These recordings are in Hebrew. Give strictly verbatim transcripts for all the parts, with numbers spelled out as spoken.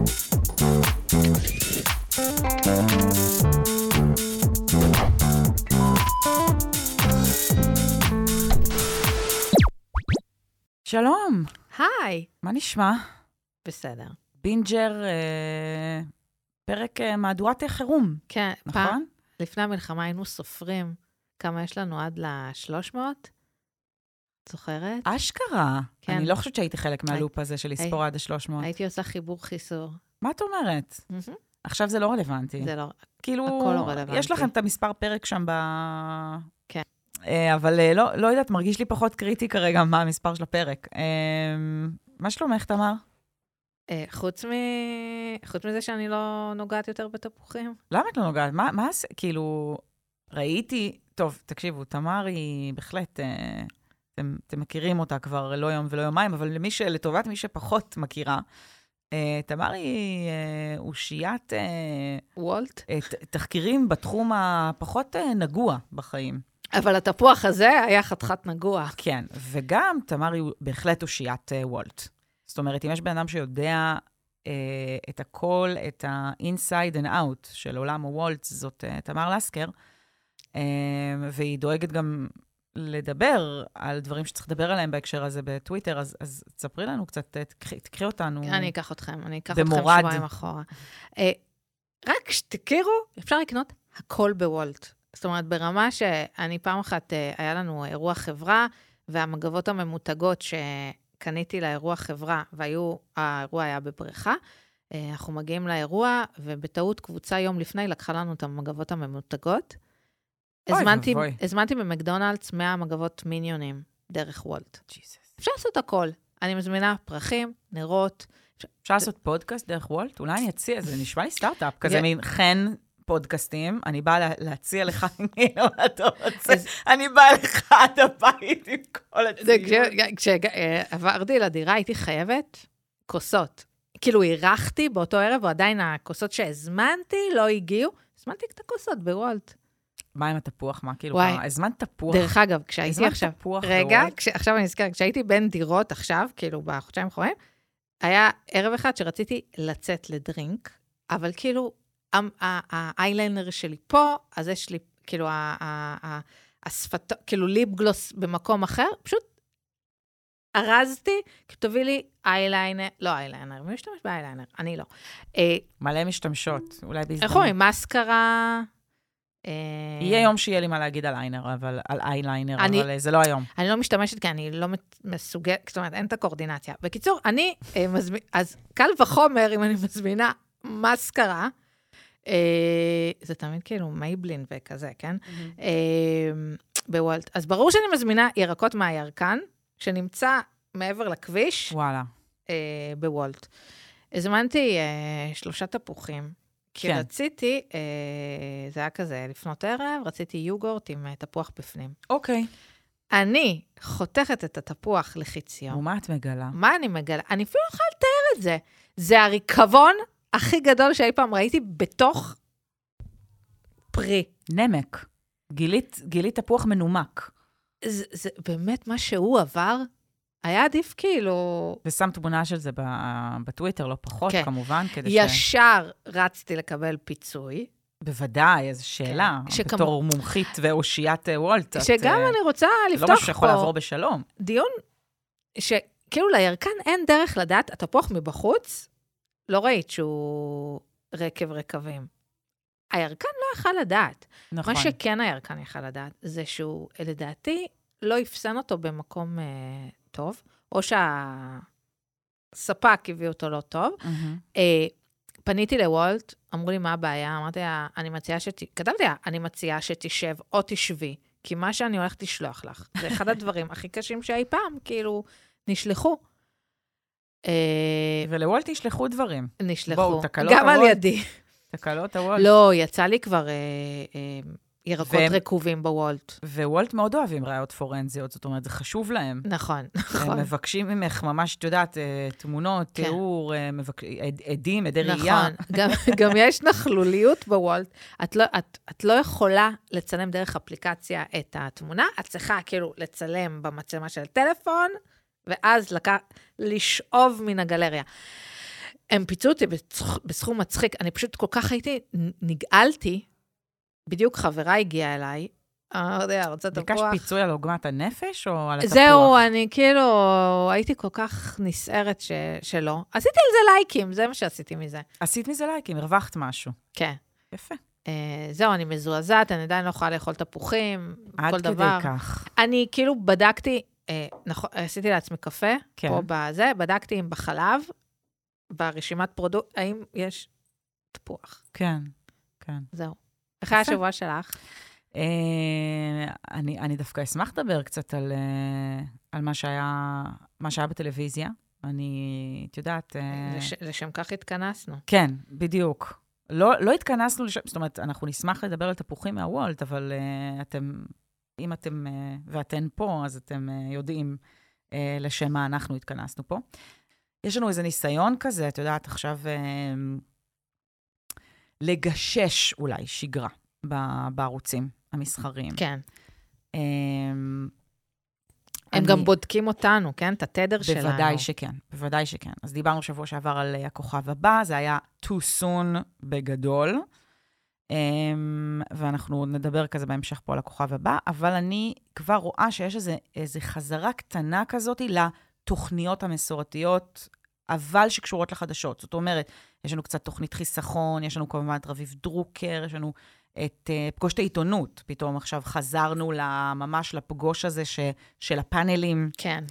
שלום. היי. מה נשמע? בסדר. בינג'ר, אה, פרק אה, מהדורת חירום. כן. נכון? פעם, לפני המלחמה היינו סופרים כמה יש לנו עד ל-שלוש מאות. זוכרת? אשכרה. כן. אני לא חושבת שהייתי חלק מהלופ הי... הזה של לספור הי... עד ה-שלוש מאות. הייתי עושה חיבור חיסור. מה את אומרת? Mm-hmm. עכשיו זה לא רלוונטי. זה לא... כאילו, הכל לא רלוונטי. יש לכם את המספר פרק שם ב... כן. אבל לא, לא יודעת, מרגיש לי פחות קריטי כרגע מה המספר של הפרק. מה שלומך, תמר? חוץ מ... חוץ מזה שאני לא נוגעת יותר בתפוחים. למה את לא נוגעת? מה, מה, כאילו, ראיתי, טוב, תקשיבו, תמר היא בהחלט, אתם, אתם מכירים אותה כבר לא יום ולא יומיים, אבל למי ש... לטובת מי שפחות מכירה, תמר היא אושיית... וולט? תחקירים בתחום הפחות נגוע בחיים. אבל התפוח הזה היה חתיכת נגוע. כן, וגם תמר היא בהחלט אושיית וולט. זאת אומרת, אם יש בן אדם שיודע אה, את הכל, את ה-inside and out של עולם הוולט, זאת אה, תמר לסקר, אה, והיא דואגת גם לדבר על דברים שצריך לדבר עליהם בהקשר הזה בטוויטר, אז, אז תספרי לנו קצת, תקחי, תקחי אותנו. אני אקח אתכם, אני אקח במורד. אתכם שבועיים אחורה. אה, רק שתכירו, אפשר לקנות הכל בוולט. זאת אומרת, ברמה שאני פעם אחת, היה לנו אירוע חברה, והמגבות הממותגות שקניתי לאירוע חברה, והיו, האירוע היה בבריכה, אנחנו מגיעים לאירוע, ובטעות קבוצה יום לפני לקחה לנו את המגבות הממותגות. הזמנתי, הזמנתי במקדונלדס מאה מגבות מיניונים, דרך וולט. Jesus. אפשר לעשות הכל. אני מזמינה פרחים, נרות. אפשר לעשות פודקאסט דרך וולט? אולי אני אציע, זה נשמע לי סטארט-אפ, כזה מין חן פודקאסטים, אני באה להציע לך, אתה רוצה, אני באה לך עד הבית עם כל הציון. כשעברתי לדירה, הייתי חייבת כוסות. כאילו, אירחתי באותו ערב, ועדיין הכוסות שהזמנתי לא הגיעו, הזמנתי את הכוסות בוולט. מה עם התפוח? מה? כאילו, הזמנת תפוח? דרך אגב, כשהייתי עכשיו, רגע, עכשיו אני נזכר, כשהייתי בין דירות עכשיו, כאילו, בחודשיים האחרונים, היה ערב אחד שרציתי לצאת לדרינק, אבל כאילו, האייליינר שלי פה, אז יש לי, כאילו, השפתו, כאילו, ליפ גלוס במקום אחר, פשוט ארזתי, כי תביא לי אייליינר, לא אייליינר, מי משתמש באייליינר? אני לא. מלא משתמשות, אולי בהזדמנות. איך אומרים, מסקרה... יהיה יום שיהיה לי מה להגיד על איינר, אבל על אייליינר, אבל זה לא היום. אני לא משתמשת, כי אני לא מסוגלת, זאת אומרת, אין את הקורדינציה. בקיצור, אני מזמין, אז קל וחומר, אם אני מזמינה מסקרה, זה תמיד כאילו מייבלין וכזה, כן? בוולט. אז ברור שאני מזמינה ירקות מהירקן, שנמצא מעבר לכביש. וואלה. בוולט. הזמנתי שלושה תפוחים, כי רציתי, זה היה כזה לפנות ערב, רציתי יוגורט עם תפוח בפנים. אוקיי. אני חותכת את התפוח לחיציון. ומה את מגלה? מה אני מגלה? אני אפילו לא יכולה לתאר את זה. זה הריקבון הכי גדול שאי פעם ראיתי בתוך פרי. נמק. גילית, גילית תפוח מנומק. זה, זה באמת מה שהוא עבר, היה עדיף כאילו... ושם תמונה של זה בטוויטר, לא פחות, כן. כמובן. כדי ישר ש... רצתי לקבל פיצוי. בוודאי, איזו שאלה. כן. שכמו... בתור מומחית ואושיית וולט. שגם את... אני רוצה לפתוח פה... לא משהו שיכול לעבור בשלום. דיון שכאילו לירקן אין דרך לדעת, התפוח מבחוץ, לא ראית שהוא רקב רקבים. הירקן לא יכל לדעת. נכון. מה שכן הירקן יכל לדעת, זה שהוא, לדעתי, לא יפסן אותו במקום אה, טוב, או שהספק הביא אותו לא טוב. Mm-hmm. אה, פניתי לוולט, אמרו לי מה הבעיה, אמרתי לה, אני מציעה שת... כתבתי לה, אני מציעה שתשב או תשבי, כי מה שאני הולכת לשלוח לך, זה אחד הדברים הכי קשים שאי פעם, כאילו, נשלחו. ולוולט נשלחו דברים. נשלחו, בואו, תקלות גם על ידי. תקלות הוולט. לא, יצא לי כבר אה, אה, ירקות ו... רקובים בוולט. ווולט מאוד אוהבים ראיות פורנזיות, זאת אומרת, זה חשוב להם. נכון, נכון. הם מבקשים ממך ממש, את יודעת, תמונות, כן. תיאור, מבק... עד, עדים, עדי ראייה. נכון, גם, גם יש נכלוליות בוולט. את לא, את, את לא יכולה לצלם דרך אפליקציה את התמונה, את צריכה כאילו לצלם במצלמה של טלפון, ואז לקח, לשאוב מן הגלריה. הם פיצו אותי בסכום מצחיק, אני פשוט כל כך הייתי, נגעלתי, בדיוק חברה הגיעה אליי, אמרתי, רוצה תפוח. ביקש פיצוי על עוגמת הנפש או על התפוח? זהו, אני כאילו, הייתי כל כך נסערת ש... שלא. עשיתי על זה לייקים, זה מה שעשיתי מזה. עשית מזה לייקים, הרווחת משהו. כן. יפה. Uh, זהו, אני מזועזעת, אני עדיין לא יכולה לאכול תפוחים, כל דבר. עד כדי כך. אני כאילו בדקתי, uh, נכון, עשיתי לעצמי קפה, כן. פה בזה, בדקתי אם בחלב, ברשימת פרודוקט, האם יש תפוח. כן, כן. זהו. איך היה השבוע שלך? אני, אני דווקא אשמח לדבר קצת על, על מה שהיה, מה שהיה בטלוויזיה. אני, את יודעת... לש, לשם כך התכנסנו. כן, בדיוק. לא, לא התכנסנו לשם, זאת אומרת, אנחנו נשמח לדבר על תפוחים מהוולט, אבל uh, אתם, אם אתם, uh, ואתן פה, אז אתם uh, יודעים uh, לשם מה אנחנו התכנסנו פה. יש לנו איזה ניסיון כזה, את יודעת, עכשיו uh, לגשש אולי שגרה בערוצים המסחריים. כן. Um, הם אני, גם בודקים אותנו, כן? את התדר שלנו. בוודאי שכן, בוודאי שכן. אז דיברנו שבוע שעבר על uh, הכוכב הבא, זה היה too soon בגדול, um, ואנחנו נדבר כזה בהמשך פה על הכוכב הבא, אבל אני כבר רואה שיש איזה, איזה חזרה קטנה כזאת לתוכניות המסורתיות, אבל שקשורות לחדשות. זאת אומרת, יש לנו קצת תוכנית חיסכון, יש לנו כמובן את רביב דרוקר, יש לנו את uh, פגוש את העיתונות. פתאום עכשיו חזרנו ממש לפגוש הזה ש, של הפאנלים. כן.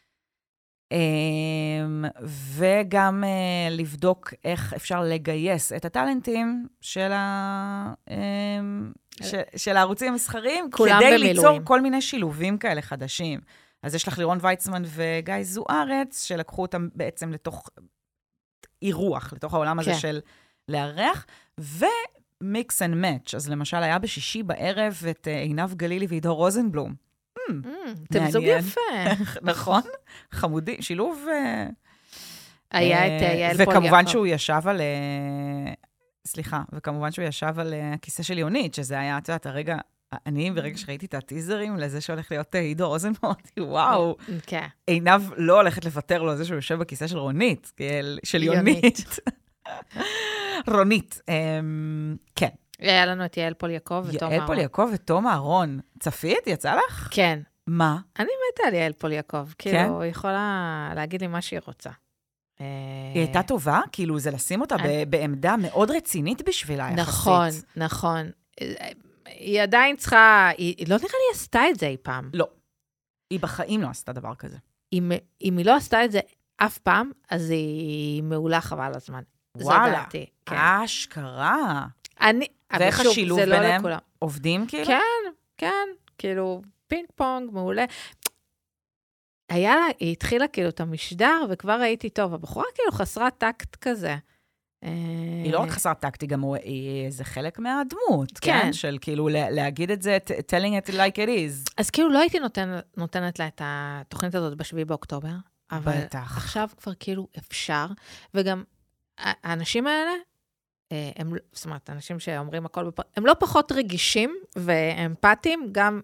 Um, וגם uh, לבדוק איך אפשר לגייס את הטלנטים של, ה, um, ש, של הערוצים המסחריים, כדי במילואים. ליצור כל מיני שילובים כאלה חדשים. אז יש לך לירון ויצמן וגיא זוארץ, שלקחו אותם בעצם לתוך אירוח, לתוך העולם הזה כן. של לארח, ומיקס אנד מאץ'. אז למשל היה בשישי בערב את עינב גלילי ועידו רוזנבלום. אתם זוג יפה. נכון? חמודי, שילוב... היה את יעל פול יעקב. וכמובן שהוא ישב על... סליחה, וכמובן שהוא ישב על הכיסא של יונית, שזה היה, את יודעת, הרגע... אני, ברגע שראיתי את הטיזרים לזה שהולך להיות עידו רוזנבלום, אמרתי, וואו, עינב לא הולכת לוותר לו על זה שהוא יושב בכיסא של רונית, של יונית. רונית, כן. היה לנו את יעל פול יעקב ותום אהרון. יעל פול יעקב ותום אהרון. צפית? יצא לך? כן. מה? אני מתה על יעל פול יעקב. כאילו, היא יכולה להגיד לי מה שהיא רוצה. היא הייתה טובה? כאילו, זה לשים אותה בעמדה מאוד רצינית בשבילה, יחסית. נכון, נכון. היא עדיין צריכה, היא לא נראה לי עשתה את זה אי פעם. לא. היא בחיים לא עשתה דבר כזה. אם היא לא עשתה את זה אף פעם, אז היא מעולה חבל הזמן. וואלה, אשכרה. אני, ואיך השילוב ביניהם? עובדים כאילו? כן, כן, כאילו פינג פונג, מעולה. היה לה, היא התחילה כאילו את המשדר, וכבר ראיתי טוב, הבחורה כאילו חסרה טקט כזה. היא לא רק חסרת טקט, היא גם זה חלק מהדמות, כן? של כאילו להגיד את זה, telling it like it is. אז כאילו לא הייתי נותנת לה את התוכנית הזאת בשביעי באוקטובר, אבל עכשיו כבר כאילו אפשר, וגם האנשים האלה, הם, זאת אומרת, אנשים שאומרים הכל, הם לא פחות רגישים ואמפתיים, גם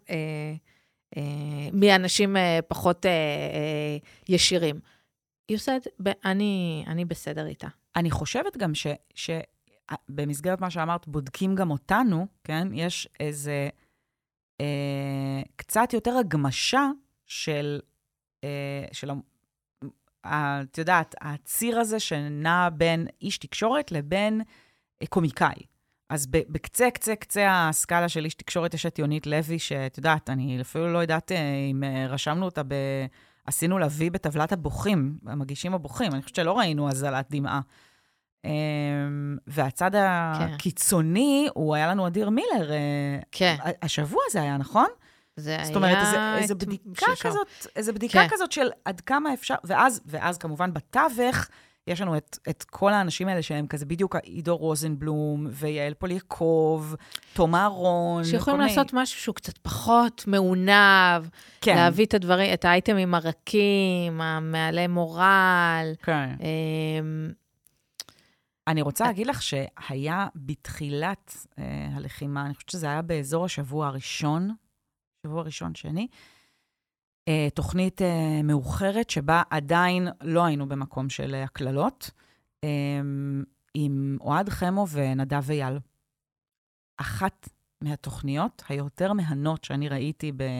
מאנשים פחות ישירים. היא עושה את זה, אני, אני בסדר איתה. אני חושבת גם ש, שבמסגרת מה שאמרת, בודקים גם אותנו, כן? יש איזה אה, קצת יותר הגמשה של, אה, של, אה, את יודעת, הציר הזה שנע בין איש תקשורת לבין אה, קומיקאי. אז בקצה, קצה, קצה הסקאלה של איש תקשורת יש את יונית לוי, שאת יודעת, אני אפילו לא יודעת אם רשמנו אותה ב... עשינו להביא בטבלת הבוכים, המגישים הבוכים, אני חושבת שלא ראינו הזלת דמעה. והצד הקיצוני, הוא היה לנו אדיר מילר. כן. השבוע זה היה, נכון? זה היה... זאת אומרת, איזו בדיקה כזאת, איזו בדיקה כזאת של עד כמה אפשר, ואז, ואז כמובן בתווך, יש לנו את, את כל האנשים האלה שהם כזה בדיוק עידו רוזנבלום, ויעל פול יעקב, תום אהרון. שיכולים לעשות מי... משהו שהוא קצת פחות מעונב, כן. להביא את הדברים, את האייטמים הרכים, המעלה מורל. כן. אמ... אני רוצה להגיד לך שהיה בתחילת אה, הלחימה, אני חושבת שזה היה באזור השבוע הראשון, שבוע ראשון שני, תוכנית מאוחרת שבה עדיין לא היינו במקום של הכללות, עם אוהד חמו ונדב אייל. אחת מהתוכניות היותר מהנות שאני ראיתי ב...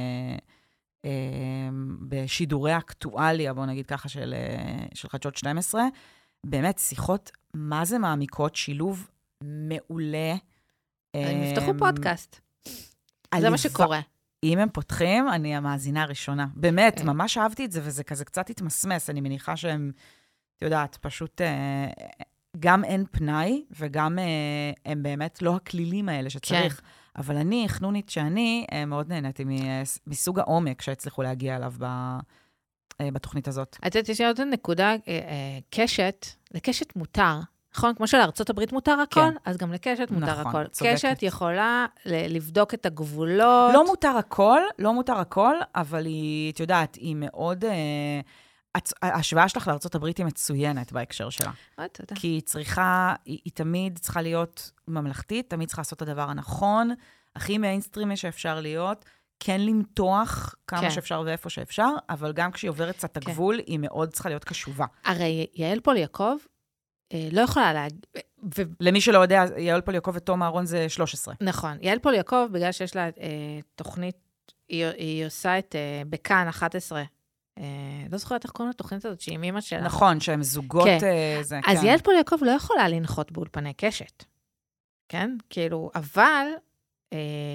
בשידורי האקטואליה, בואו נגיד ככה, של, של חדשות שתים עשרה, באמת שיחות מה זה מעמיקות, שילוב מעולה. הם יפתחו פודקאסט. זה מה שקורה. אם הם פותחים, אני המאזינה הראשונה. באמת, ממש אהבתי את זה, וזה כזה קצת התמסמס. אני מניחה שהם, את יודעת, פשוט גם אין פנאי, וגם הם באמת לא הכלילים האלה שצריך. אבל אני, חנונית שאני, מאוד נהניתי מסוג העומק שהצליחו להגיע אליו בתוכנית הזאת. את יודעת, יש לי עוד נקודה, קשת, לקשת מותר. נכון? כמו שלארצות הברית מותר הכל, כן. אז גם לקשת מותר נכון, הכל. צודקת. קשת יכולה לבדוק את הגבולות. לא מותר הכל, לא מותר הכל, אבל היא, את יודעת, היא מאוד... אה, ההשוואה שלך לארצות הברית היא מצוינת בהקשר שלה. תודה. כי היא צריכה, היא, היא תמיד צריכה להיות ממלכתית, תמיד צריכה לעשות את הדבר הנכון, הכי מיינסטרימי שאפשר להיות, כן למתוח כמה כן. שאפשר ואיפה שאפשר, אבל גם כשהיא עוברת קצת כן. הגבול, היא מאוד צריכה להיות קשובה. הרי יעל פול יעקב, לא יכולה להגיד... ו... למי שלא יודע, יעל פול יעקב ותום אהרון זה שלוש עשרה. נכון. יעל פול יעקב, בגלל שיש לה אה, תוכנית, היא, היא עושה את אה, בכאן אחת עשרה. אה, לא זוכרת איך קוראים לתוכנית הזאת, שהיא אימא שלה. נכון, שהם זוגות... כן. אה, זה, אז כן. יעל פול יעקב לא יכולה לנחות באולפני קשת. כן? כאילו, אבל... אה,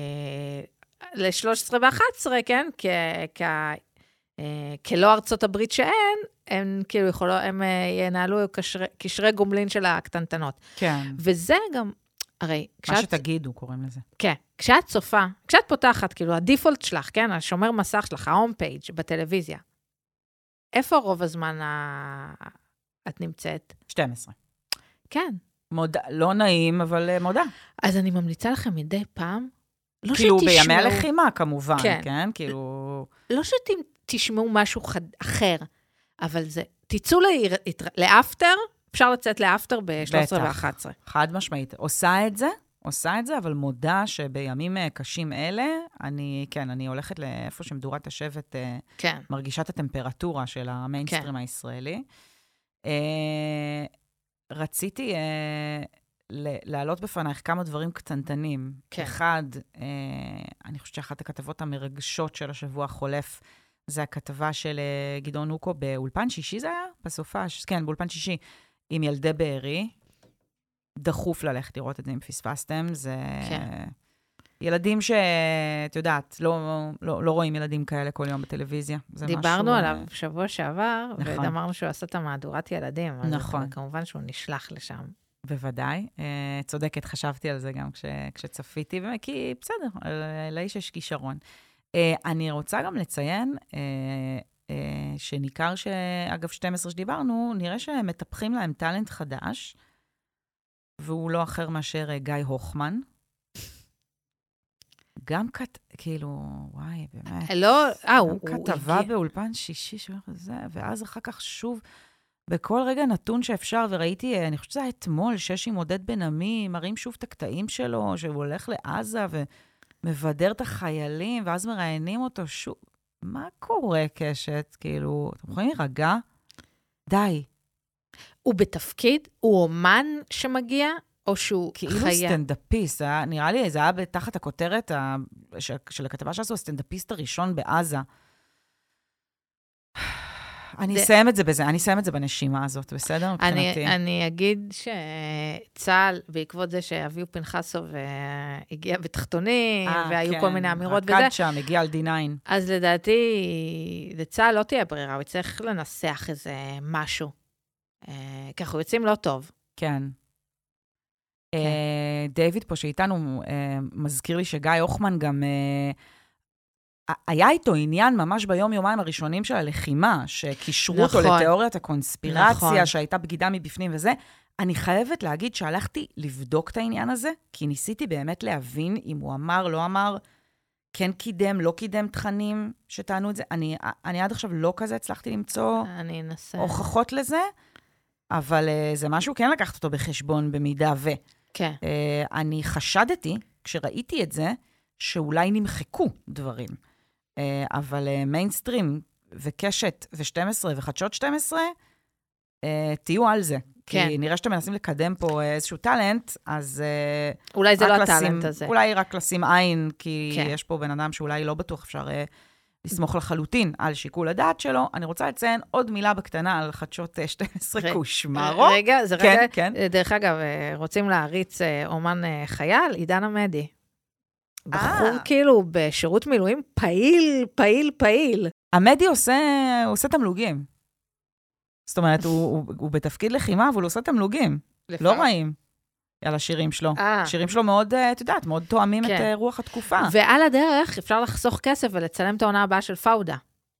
ל-שלוש עשרה ו-אחת עשרה, כן? כ... כ... כלא ארצות הברית שאין, הם כאילו יכולו, הם ינהלו קשרי, קשרי גומלין של הקטנטנות. כן. וזה גם, הרי... מה כשאת, שתגידו, קוראים לזה. כן. כשאת צופה, כשאת פותחת, כאילו, הדיפולט שלך, כן? השומר מסך שלך, ההום פייג' בטלוויזיה. איפה רוב הזמן ה... את נמצאת? שתים עשרה. כן. מודע, לא נעים, אבל מודע. אז אני ממליצה לכם מדי פעם, לא כאילו שתשמעו... בימי הלחימה, כמובן, כן? כן? כאילו... לא שתשמעו משהו חד... אחר, אבל זה... תצאו לעיר... לאפטר, אפשר לצאת לאפטר ב-שלוש עשרה ו-אחת עשרה. חד משמעית. עושה את זה, עושה את זה, אבל מודע שבימים קשים אלה, אני, כן, אני הולכת לאיפה שמדורת השבט, כן. מרגישה את הטמפרטורה של המיינסטרים כן. הישראלי. רציתי... להעלות בפנייך כמה דברים קטנטנים. כן. אחד, אה, אני חושבת שאחת הכתבות המרגשות של השבוע החולף, זה הכתבה של אה, גדעון אוקו באולפן שישי זה היה? בסופש, כן, באולפן שישי, עם ילדי בארי. דחוף ללכת לראות את זה אם פספסתם. זה כן. ילדים שאת יודעת, לא, לא, לא רואים ילדים כאלה כל יום בטלוויזיה. זה דיברנו משהו, עליו שבוע שעבר, נכון. ואמרנו שהוא עשה את המהדורת ילדים. נכון. אז כמובן שהוא נשלח לשם. בוודאי. צודקת, חשבתי על זה גם כש, כשצפיתי, כי בסדר, לאיש יש כישרון. אני רוצה גם לציין שניכר שאגב שתים עשרה שדיברנו, נראה שמטפחים להם טלנט חדש, והוא לא אחר מאשר גיא הוחמן. גם כת... כאילו, וואי, באמת. לא, אה, הוא... גם כתבה באולפן שישי, שזה, ואז אחר כך שוב... בכל רגע נתון שאפשר, וראיתי, אני חושבת שזה היה אתמול, שש עם עודד בן עמי, מראים שוב את הקטעים שלו, שהוא הולך לעזה ומבדר את החיילים, ואז מראיינים אותו שוב. מה קורה, קשת? כאילו, אתם יכולים להירגע? די. הוא בתפקיד? הוא אומן שמגיע? או שהוא כאילו חיה? כאילו סטנדאפיסט, היה, נראה לי, זה היה בתחת הכותרת ה, של הכתבה שעשו, הסטנדאפיסט הראשון בעזה. אני אסיים את זה בזה, אני אסיים את זה בנשימה הזאת, בסדר? מבחינתי. אני אגיד שצה"ל, בעקבות זה שאביו פנחסוב הגיע בתחתונים, והיו כל מיני אמירות וזה. הקד שם, הגיע על די תשע. אז לדעתי, לצה"ל לא תהיה ברירה, הוא יצטרך לנסח איזה משהו. ככה, הוא יוצאים לא טוב. כן. דיוויד פה שאיתנו מזכיר לי שגיא הוחמן גם... היה איתו עניין ממש ביום-יומיים הראשונים של הלחימה, שקישרו נכון, אותו לתיאוריית הקונספירציה, נכון. שהייתה בגידה מבפנים וזה. אני חייבת להגיד שהלכתי לבדוק את העניין הזה, כי ניסיתי באמת להבין אם הוא אמר, לא אמר, כן קידם, לא קידם תכנים שטענו את זה. אני, אני עד עכשיו לא כזה הצלחתי למצוא הוכחות לזה, אבל uh, זה משהו כן לקחת אותו בחשבון במידה ו. כן. Uh, אני חשדתי, כשראיתי את זה, שאולי נמחקו דברים. אבל מיינסטרים וקשת ו-שתים עשרה וחדשות שתים עשרה, תהיו על זה. כן. כן. כי נראה שאתם מנסים לקדם פה איזשהו טלנט, אז... אולי זה לא לשים, הטלנט הזה. אולי רק לשים עין, כי כן. יש פה בן אדם שאולי לא בטוח אפשר לסמוך לחלוטין על שיקול הדעת שלו. אני רוצה לציין עוד מילה בקטנה על חדשות שתים עשרה קושמרו. רגע, זה כן, רגע, כן. דרך אגב, רוצים להריץ אומן חייל, עידן עמדי. בחור כאילו בשירות מילואים פעיל, פעיל, פעיל. עמדי עושה, עושה תמלוגים. זאת אומרת, הוא, הוא, הוא בתפקיד לחימה, אבל הוא עושה תמלוגים. לא רעים על השירים שלו. השירים שלו מאוד, את יודעת, מאוד תואמים את רוח התקופה. ועל הדרך אפשר לחסוך כסף ולצלם את העונה הבאה של פאודה.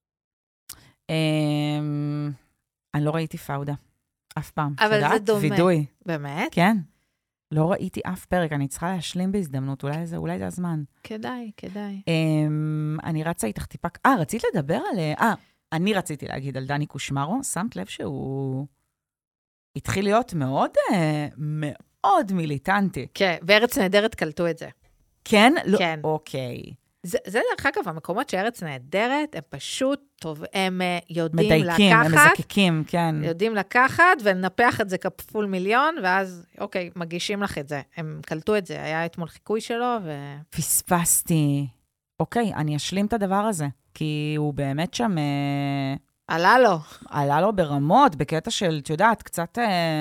אני לא ראיתי פאודה. אף פעם. אבל זה דומה. וידוי. באמת? כן. לא ראיתי אף פרק, אני צריכה להשלים בהזדמנות, אולי זה, אולי זה הזמן. כדאי, כדאי. אני רצה איתך טיפה... אה, רצית לדבר על... אה, אני רציתי להגיד על דני קושמרו, שמת לב שהוא התחיל להיות מאוד, מאוד מיליטנטי. כן, בארץ נהדרת קלטו את זה. כן? לא, כן. אוקיי. זה, זה דרך אגב, המקומות שארץ נהדרת, הם פשוט טוב, הם יודעים מדייקים, לקחת. מדייקים, הם מזקקים, כן. יודעים לקחת ולנפח את זה כפול מיליון, ואז, אוקיי, מגישים לך את זה. הם קלטו את זה, היה אתמול חיקוי שלו, ו... פספסתי. אוקיי, אני אשלים את הדבר הזה, כי הוא באמת שם... עלה לו. עלה לו ברמות, בקטע של, את יודעת, קצת...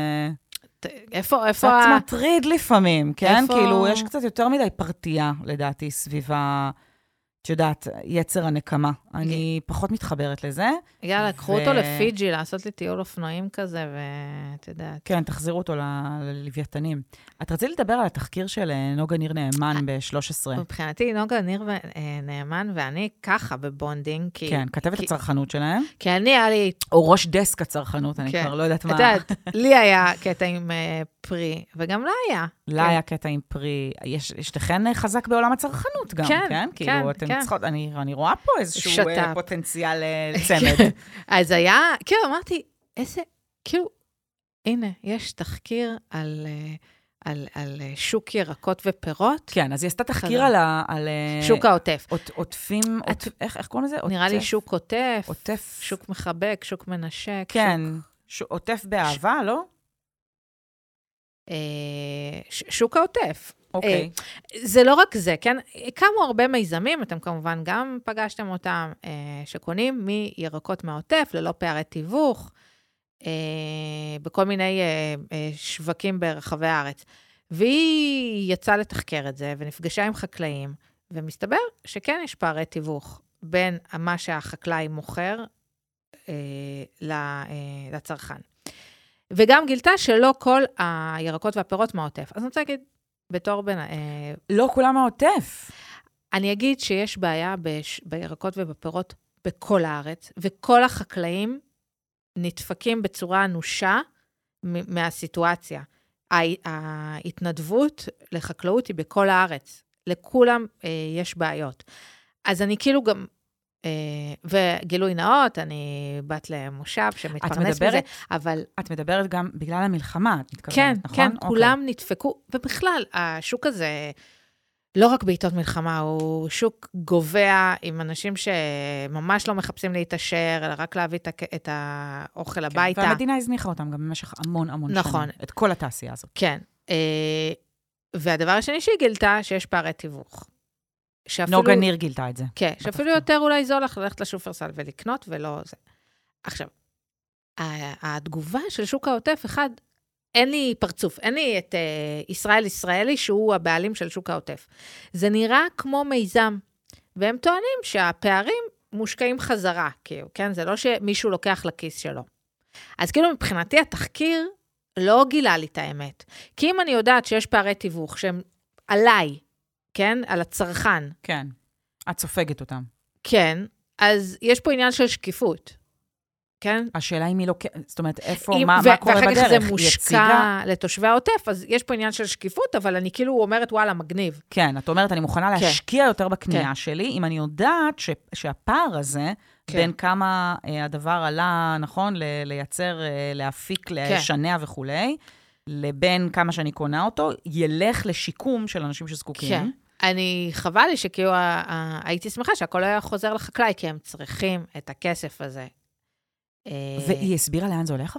איפה, איפה... קצת מטריד לפעמים, כן? כאילו, יש קצת יותר מדי פרטייה, לדעתי, סביבה, את יודעת, יצר הנקמה. אני פחות מתחברת לזה. יאללה, קחו אותו לפיג'י, לעשות לי טיול אופנועים כזה, ואת יודעת. כן, תחזירו אותו ללוויתנים. את רצית לדבר על התחקיר של נוגה ניר נאמן ב-שלוש עשרה. מבחינתי, נוגה ניר נאמן ואני ככה בבונדינג, כי... כן, כתבת הצרכנות שלהם. כי אני, היה לי... או ראש דסק הצרכנות, אני כבר לא יודעת מה... את יודעת, לי היה קטע עם פרי, וגם לה היה. לה היה קטע עם פרי. יש לכן חזק בעולם הצרכנות גם, כן? כאילו, אתן צריכות... אני רואה פה איזשהו פוטנציאל לצמד. אז היה... כאילו, אמרתי, איזה... כאילו, הנה, יש תחקיר על... על, על שוק ירקות ופירות. כן, אז היא עשתה תחקיר על, על... שוק העוטף. עוטפים, עוט, איך, איך קוראים לזה? נראה לי שוק עוטף. עוטף. שוק מחבק, שוק מנשק. כן, שוק... עוטף באהבה, ש... לא? אה, ש... שוק העוטף. אוקיי. אה, זה לא רק זה, כן? קמו הרבה מיזמים, אתם כמובן גם פגשתם אותם, אה, שקונים מירקות מהעוטף, ללא פערי תיווך. בכל מיני שווקים ברחבי הארץ. והיא יצאה לתחקר את זה, ונפגשה עם חקלאים, ומסתבר שכן יש פערי תיווך בין מה שהחקלאי מוכר לצרכן. וגם גילתה שלא כל הירקות והפירות מהעוטף. אז אני רוצה להגיד, בתור בין... לא כולם מהעוטף. אני אגיד שיש בעיה בירקות ובפירות בכל הארץ, וכל החקלאים נדפקים בצורה אנושה מהסיטואציה. ההתנדבות לחקלאות היא בכל הארץ. לכולם אה, יש בעיות. אז אני כאילו גם, אה, וגילוי נאות, אני בת למושב שמתפרנס בזה, אבל... את מדברת גם בגלל המלחמה, את מתכוונת, כן, נכון? כן, אוקיי. כולם נדפקו, ובכלל, השוק הזה... לא רק בעיתות מלחמה, הוא שוק גובע עם אנשים שממש לא מחפשים להתעשר, אלא רק להביא את האוכל הביתה. והמדינה הזניחה אותם גם במשך המון המון שנים. נכון. את כל התעשייה הזאת. כן. והדבר השני שהיא גילתה, שיש פערי תיווך. נוגה ניר גילתה את זה. כן, שאפילו יותר אולי זול לך ללכת לשופרסל ולקנות, ולא זה. עכשיו, התגובה של שוק העוטף, אחד, אין לי פרצוף, אין לי את uh, ישראל ישראלי, שהוא הבעלים של שוק העוטף. זה נראה כמו מיזם, והם טוענים שהפערים מושקעים חזרה, כאילו, כן? זה לא שמישהו לוקח לכיס שלו. אז כאילו מבחינתי התחקיר לא גילה לי את האמת. כי אם אני יודעת שיש פערי תיווך שהם עליי, כן? על הצרכן. כן, את סופגת אותם. כן, אז יש פה עניין של שקיפות. כן? השאלה היא מי לא... זאת אומרת, איפה, מה, מה קורה בדרך? ואחר כך זה מושקע לתושבי העוטף, אז יש פה עניין של שקיפות, אבל אני כאילו אומרת, וואלה, מגניב. כן, את אומרת, אני מוכנה להשקיע יותר בקנייה שלי, אם אני יודעת שהפער הזה, בין כמה הדבר עלה, נכון, לייצר, להפיק, לשנע וכו', לבין כמה שאני קונה אותו, ילך לשיקום של אנשים שזקוקים. כן. אני חבל לי שכאילו הייתי שמחה שהכל היה חוזר לחקלאי, כי הם צריכים את הכסף הזה. והיא הסבירה לאן זה הולך אבל?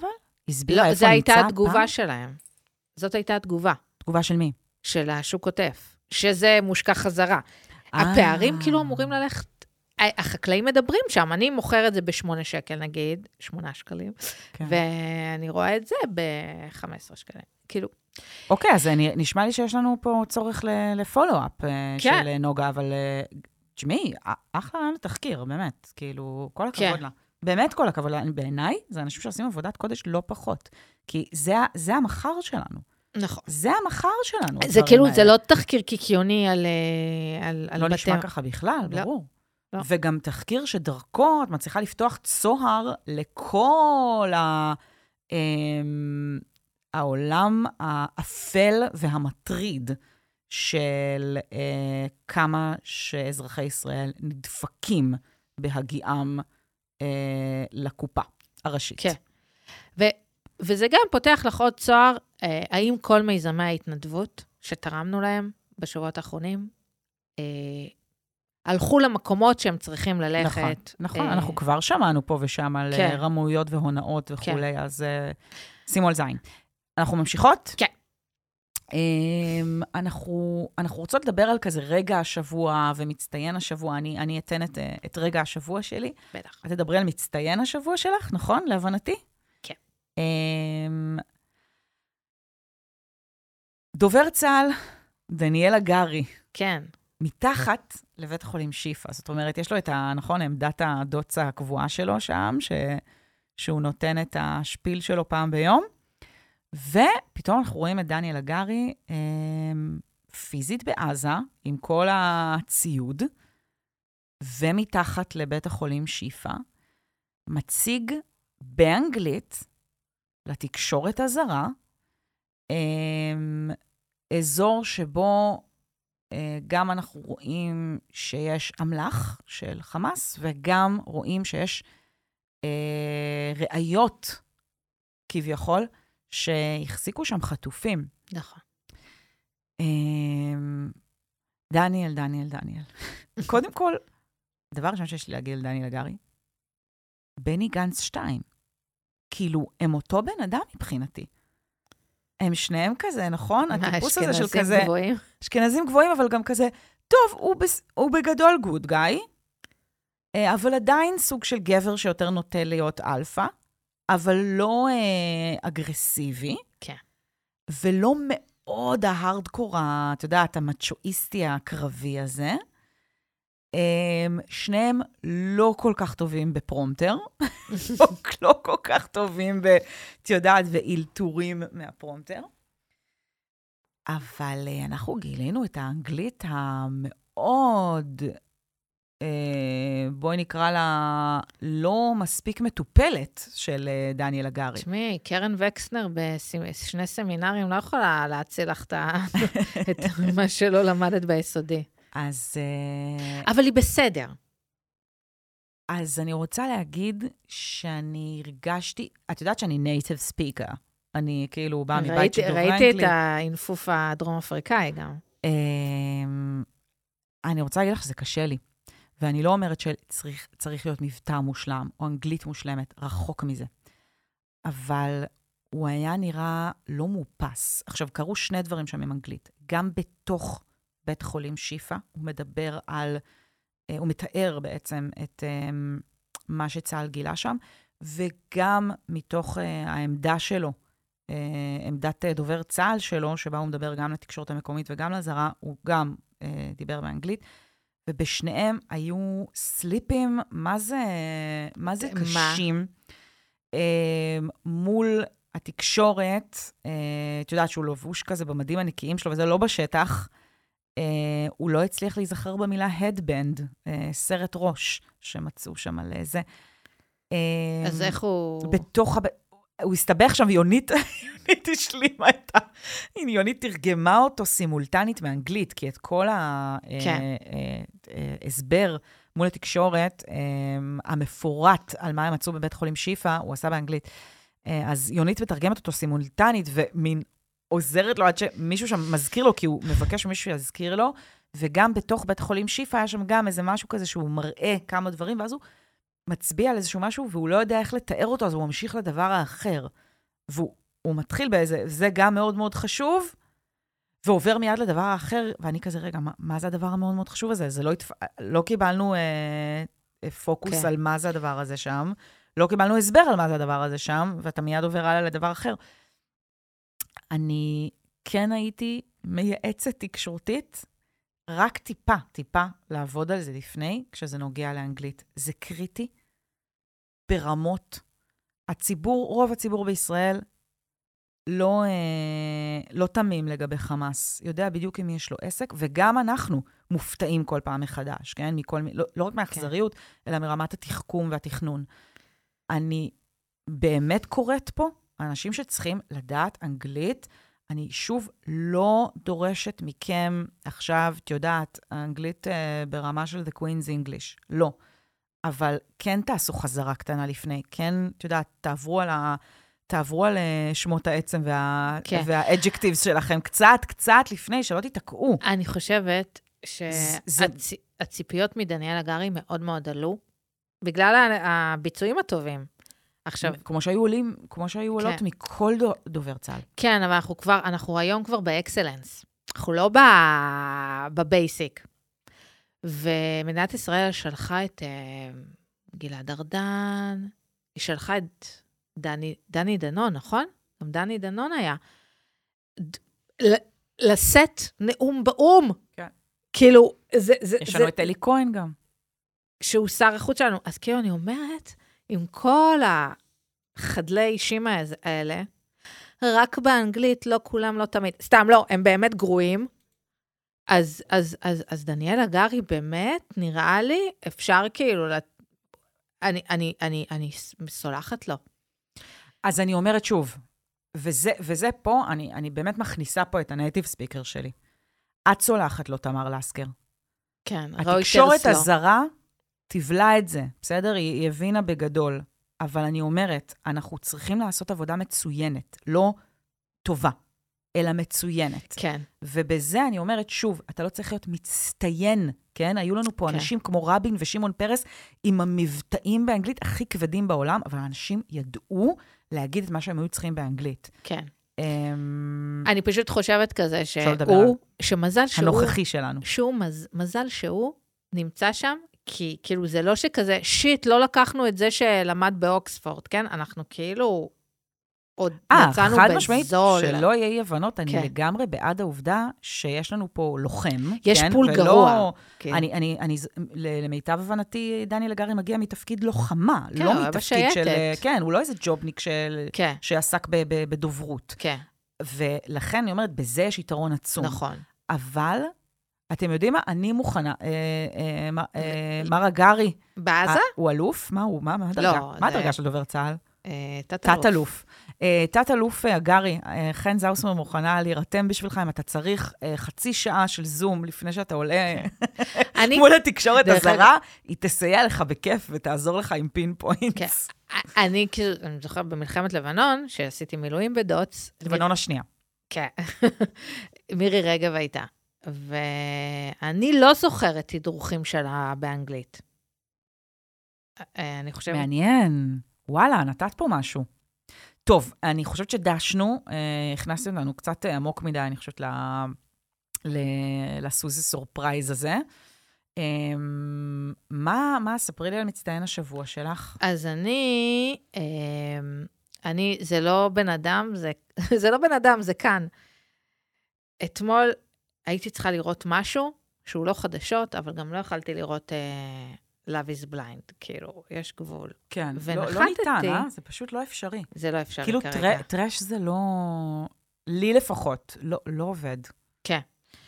הסבירה לא, איפה זו נמצא הייתה הפער? התגובה שלהם. זאת הייתה התגובה תגובה של מי? של השוק עוטף, שזה מושקע חזרה. הפערים כאילו אמורים ללכת, החקלאים מדברים שם, אני מוכר את זה בשמונה שקל נגיד, שמונה שקלים, כן. ואני רואה את זה ב-חמישה עשר שקלים, כאילו. אוקיי, אז אני- נשמע לי שיש לנו פה צורך ל- לפולו-אפ אה, כן. של נוגה, אבל אה, תשמעי, א- אחלה תחקיר, באמת, כאילו, כל הכבוד כן. לה. באמת כל הכבוד לה. בעיניי, זה אנשים שעושים עבודת קודש לא פחות, כי זה ה- זה המחר שלנו. נכון. זה המחר שלנו, זה הדברים כאילו, האלה. זה לא תחקיר קיקיוני על אה, על- על לא בתי... נשמע ככה בכלל, לא, ברור. לא. וגם תחקיר שדרכו את מצליחה לפתוח צוהר לכל ה... אמ, העולם האפל והמטריד של אה, כמה שאזרחי ישראל נדפקים בהגיעם אה, לקופה הראשית. כן. ו- וזה גם פותח לך עוד צוהר, אה, האם כל מיזמי ההתנדבות שתרמנו להם בשבועות האחרונים, אה, הלכו למקומות שהם צריכים ללכת. נכון, נכון. אה, אנחנו כבר שמענו פה ושם על כן. אה, רמאויות והונאות וכולי, כן. אז אה, שימו על זין. אנחנו ממשיכות? כן. אמ, אנחנו, אנחנו רוצות לדבר על כזה רגע השבוע ומצטיין השבוע. אני, אני אתן את, אה, את רגע השבוע שלי. בטח. את תדברי על מצטיין השבוע שלך, נכון? להבנתי? כן. אמ, דובר צה"ל, דניאל הגרי, כן. מתחת לבית החולים שיפה. זאת אומרת, יש לו את ה... נכון, עמדת הדוץ הקבועה שלו שם, ש... שהוא נותן את השפיל שלו פעם ביום. ופתאום אנחנו רואים את דניאל הגרי אה, פיזית בעזה, עם כל הציוד, ומתחת לבית החולים שיפה, מציג באנגלית לתקשורת הזרה, אה, אזור שבו אה, גם אנחנו רואים שיש אמל"ח של חמאס, וגם רואים שיש אה, ראיות, כביכול, שהחזיקו שם חטופים. נכון. דניאל, דניאל, דניאל. קודם כל, דבר ראשון שיש לי להגיד על דניאל הגרי, בני גנץ שתיים. כאילו, הם אותו בן אדם מבחינתי. הם שניהם כזה, נכון? הטיפוס הזה של כזה... אשכנזים גבוהים. אשכנזים גבוהים, אבל גם כזה, טוב, הוא, בס... הוא בגדול גוד גאי, אבל עדיין סוג של גבר שיותר נוטה להיות אלפא, אבל לא אה, אגרסיבי. כן. ולא מאוד ההארדקור, את יודעת, המצ'ואיסטי הקרבי הזה. אה, שניהם לא כל כך טובים בפרומטר, לא, לא כל כך טובים, ב, את יודעת, ואילתורים מהפרומטר. אבל אה, אנחנו גילינו את האנגלית המאוד... בואי נקרא לה לא מספיק מטופלת של דניאל הגרי. תשמעי, קרן וקסנר בשני סמינרים לא יכולה להציל לך את מה שלא למדת ביסודי. אז... אבל היא בסדר. אז אני רוצה להגיד שאני הרגשתי, את יודעת שאני נייטיב ספיקר. אני כאילו באה מבית שדובר אנגלית. ראיתי את האינפוף הדרום-אפריקאי גם. אני רוצה להגיד לך שזה קשה לי. ואני לא אומרת שצריך צריך להיות מבטא מושלם, או אנגלית מושלמת, רחוק מזה. אבל הוא היה נראה לא מופס. עכשיו, קרו שני דברים שם עם אנגלית. גם בתוך בית חולים שיפה, הוא מדבר על, הוא מתאר בעצם את מה שצה"ל גילה שם, וגם מתוך העמדה שלו, עמדת דובר צה"ל שלו, שבה הוא מדבר גם לתקשורת המקומית וגם לזרה, הוא גם דיבר באנגלית, ובשניהם היו סליפים, מה זה, מה זה קשים, אה, מול התקשורת, אה, את יודעת שהוא לובוש כזה במדים הנקיים שלו, וזה לא בשטח, אה, הוא לא הצליח להיזכר במילה headband, אה, סרט ראש שמצאו שם על זה. אה, אז איך הוא... בתוך... הב... הוא הסתבך שם, ויונית, יונית השלימה את ה... הנה, יונית תרגמה אותו סימולטנית מאנגלית, כי את כל ההסבר מול התקשורת, המפורט על מה הם מצאו בבית חולים שיפה, הוא עשה באנגלית. אז יונית מתרגמת אותו סימולטנית, ומין עוזרת לו עד שמישהו שם מזכיר לו, כי הוא מבקש שמישהו יזכיר לו, וגם בתוך בית חולים שיפה היה שם גם איזה משהו כזה שהוא מראה כמה דברים, ואז הוא מצביע על איזשהו משהו, והוא לא יודע איך לתאר אותו, אז הוא ממשיך לדבר האחר. והוא מתחיל באיזה, זה גם מאוד מאוד חשוב, ועובר מיד לדבר האחר, ואני כזה, רגע, מה, מה זה הדבר המאוד מאוד חשוב הזה? זה לא, התפ... לא קיבלנו אה, פוקוס כן. על מה זה הדבר הזה שם, לא קיבלנו הסבר על מה זה הדבר הזה שם, ואתה מיד עובר הלאה לדבר אחר. אני כן הייתי מייעצת תקשורתית, רק טיפה, טיפה לעבוד על זה לפני, כשזה נוגע לאנגלית. זה קריטי ברמות. הציבור, רוב הציבור בישראל, לא, אה, לא תמים לגבי חמאס. יודע בדיוק אם יש לו עסק, וגם אנחנו מופתעים כל פעם מחדש, כן? מכל, לא, לא רק מהאכזריות, כן. אלא מרמת התחכום והתכנון. אני באמת קוראת פה, אנשים שצריכים לדעת אנגלית, אני שוב לא דורשת מכם עכשיו, את יודעת, האנגלית אה, ברמה של The Queen's English. לא. אבל כן תעשו חזרה קטנה לפני. כן, את יודעת, תעברו על, ה, תעברו על שמות העצם וה, כן. והאדג'קטיבס שלכם קצת, קצת לפני, שלא תתקעו. אני חושבת שהציפיות מדניאל הגרי מאוד מאוד עלו, בגלל הביצועים הטובים. עכשיו, כמו שהיו עולים, כמו שהיו עולות כן. מכל דו, דובר צה"ל. כן, אבל אנחנו כבר, אנחנו היום כבר באקסלנס. אנחנו לא בבייסיק. ומדינת ישראל שלחה את uh, גלעד ארדן, היא שלחה את דני, דני דנון, נכון? גם דני דנון היה. ד, לשאת נאום באום. כן. כאילו, זה... זה יש לנו זה, את אלי כהן גם. שהוא שר החוץ שלנו. אז כאילו אני אומרת, עם כל החדלי אישים האלה, רק באנגלית, לא כולם, לא תמיד. סתם, לא, הם באמת גרועים. אז, אז, אז, אז דניאל הגרי באמת, נראה לי, אפשר כאילו, אני, אני, אני, אני סולחת לו. אז אני אומרת שוב, וזה, וזה פה, אני, אני באמת מכניסה פה את הנייטיב ספיקר שלי. את סולחת לו, תמר לסקר. כן, התקשורת הזרה תבלה את זה, בסדר? היא, היא הבינה בגדול. אבל אני אומרת, אנחנו צריכים לעשות עבודה מצוינת, לא טובה. אלא מצוינת. כן. ובזה אני אומרת, שוב, אתה לא צריך להיות מצטיין, כן? היו לנו פה כן. אנשים כמו רבין ושמעון פרס, עם המבטאים באנגלית הכי כבדים בעולם, אבל האנשים ידעו להגיד את מה שהם היו צריכים באנגלית. כן. אני פשוט חושבת כזה, שהוא, שמזל שהוא... הנוכחי שלנו. שהוא, מזל שהוא נמצא שם, כי כאילו זה לא שכזה, שיט, לא לקחנו את זה שלמד באוקספורד, כן? אנחנו כאילו... עוד יצאנו בזול. חד משמעית, שלא יהיה הבנות, אני לגמרי בעד העובדה שיש לנו פה לוחם. יש פול גרוע. למיטב הבנתי, דניאל הגרי מגיע מתפקיד לוחמה, לא מתפקיד של... כן, הוא לא איזה ג'ובניק שעסק בדוברות. כן. ולכן אני אומרת, בזה יש יתרון עצום. נכון. אבל, אתם יודעים מה? אני מוכנה. מר הגרי. בעזה? הוא אלוף? מה הוא? מה הדרגה? מה הדרגה של דובר צה"ל? תת-אלוף. תת-אלוף הגרי, חן זאוסמן מוכנה להירתם בשבילך, אם אתה צריך חצי שעה של זום לפני שאתה עולה מול התקשורת הזרה, היא תסייע לך בכיף ותעזור לך עם פין פוינטס. אני זוכרת במלחמת לבנון, שעשיתי מילואים בדוץ. לבנון השנייה. כן. מירי רגב הייתה. ואני לא זוכרת תדרוכים שלה באנגלית. אני חושבת... מעניין. וואלה, נתת פה משהו. טוב, אני חושבת שדשנו, אה, הכנסנו לנו קצת עמוק מדי, אני חושבת, ל, ל, לסוזי סורפרייז הזה. אה, מה, מה, ספרי לי על מצטיין השבוע שלך. אז אני, אה, אני, זה לא בן אדם, זה, זה לא בן אדם, זה כאן. אתמול הייתי צריכה לראות משהו, שהוא לא חדשות, אבל גם לא יכלתי לראות... אה, Love is blind, כאילו, יש גבול. כן, לא, לא ניתן, אה? זה פשוט לא אפשרי. זה לא אפשרי כאילו, כרגע. כאילו, טרש זה לא... לי לפחות, לא, לא עובד. כן.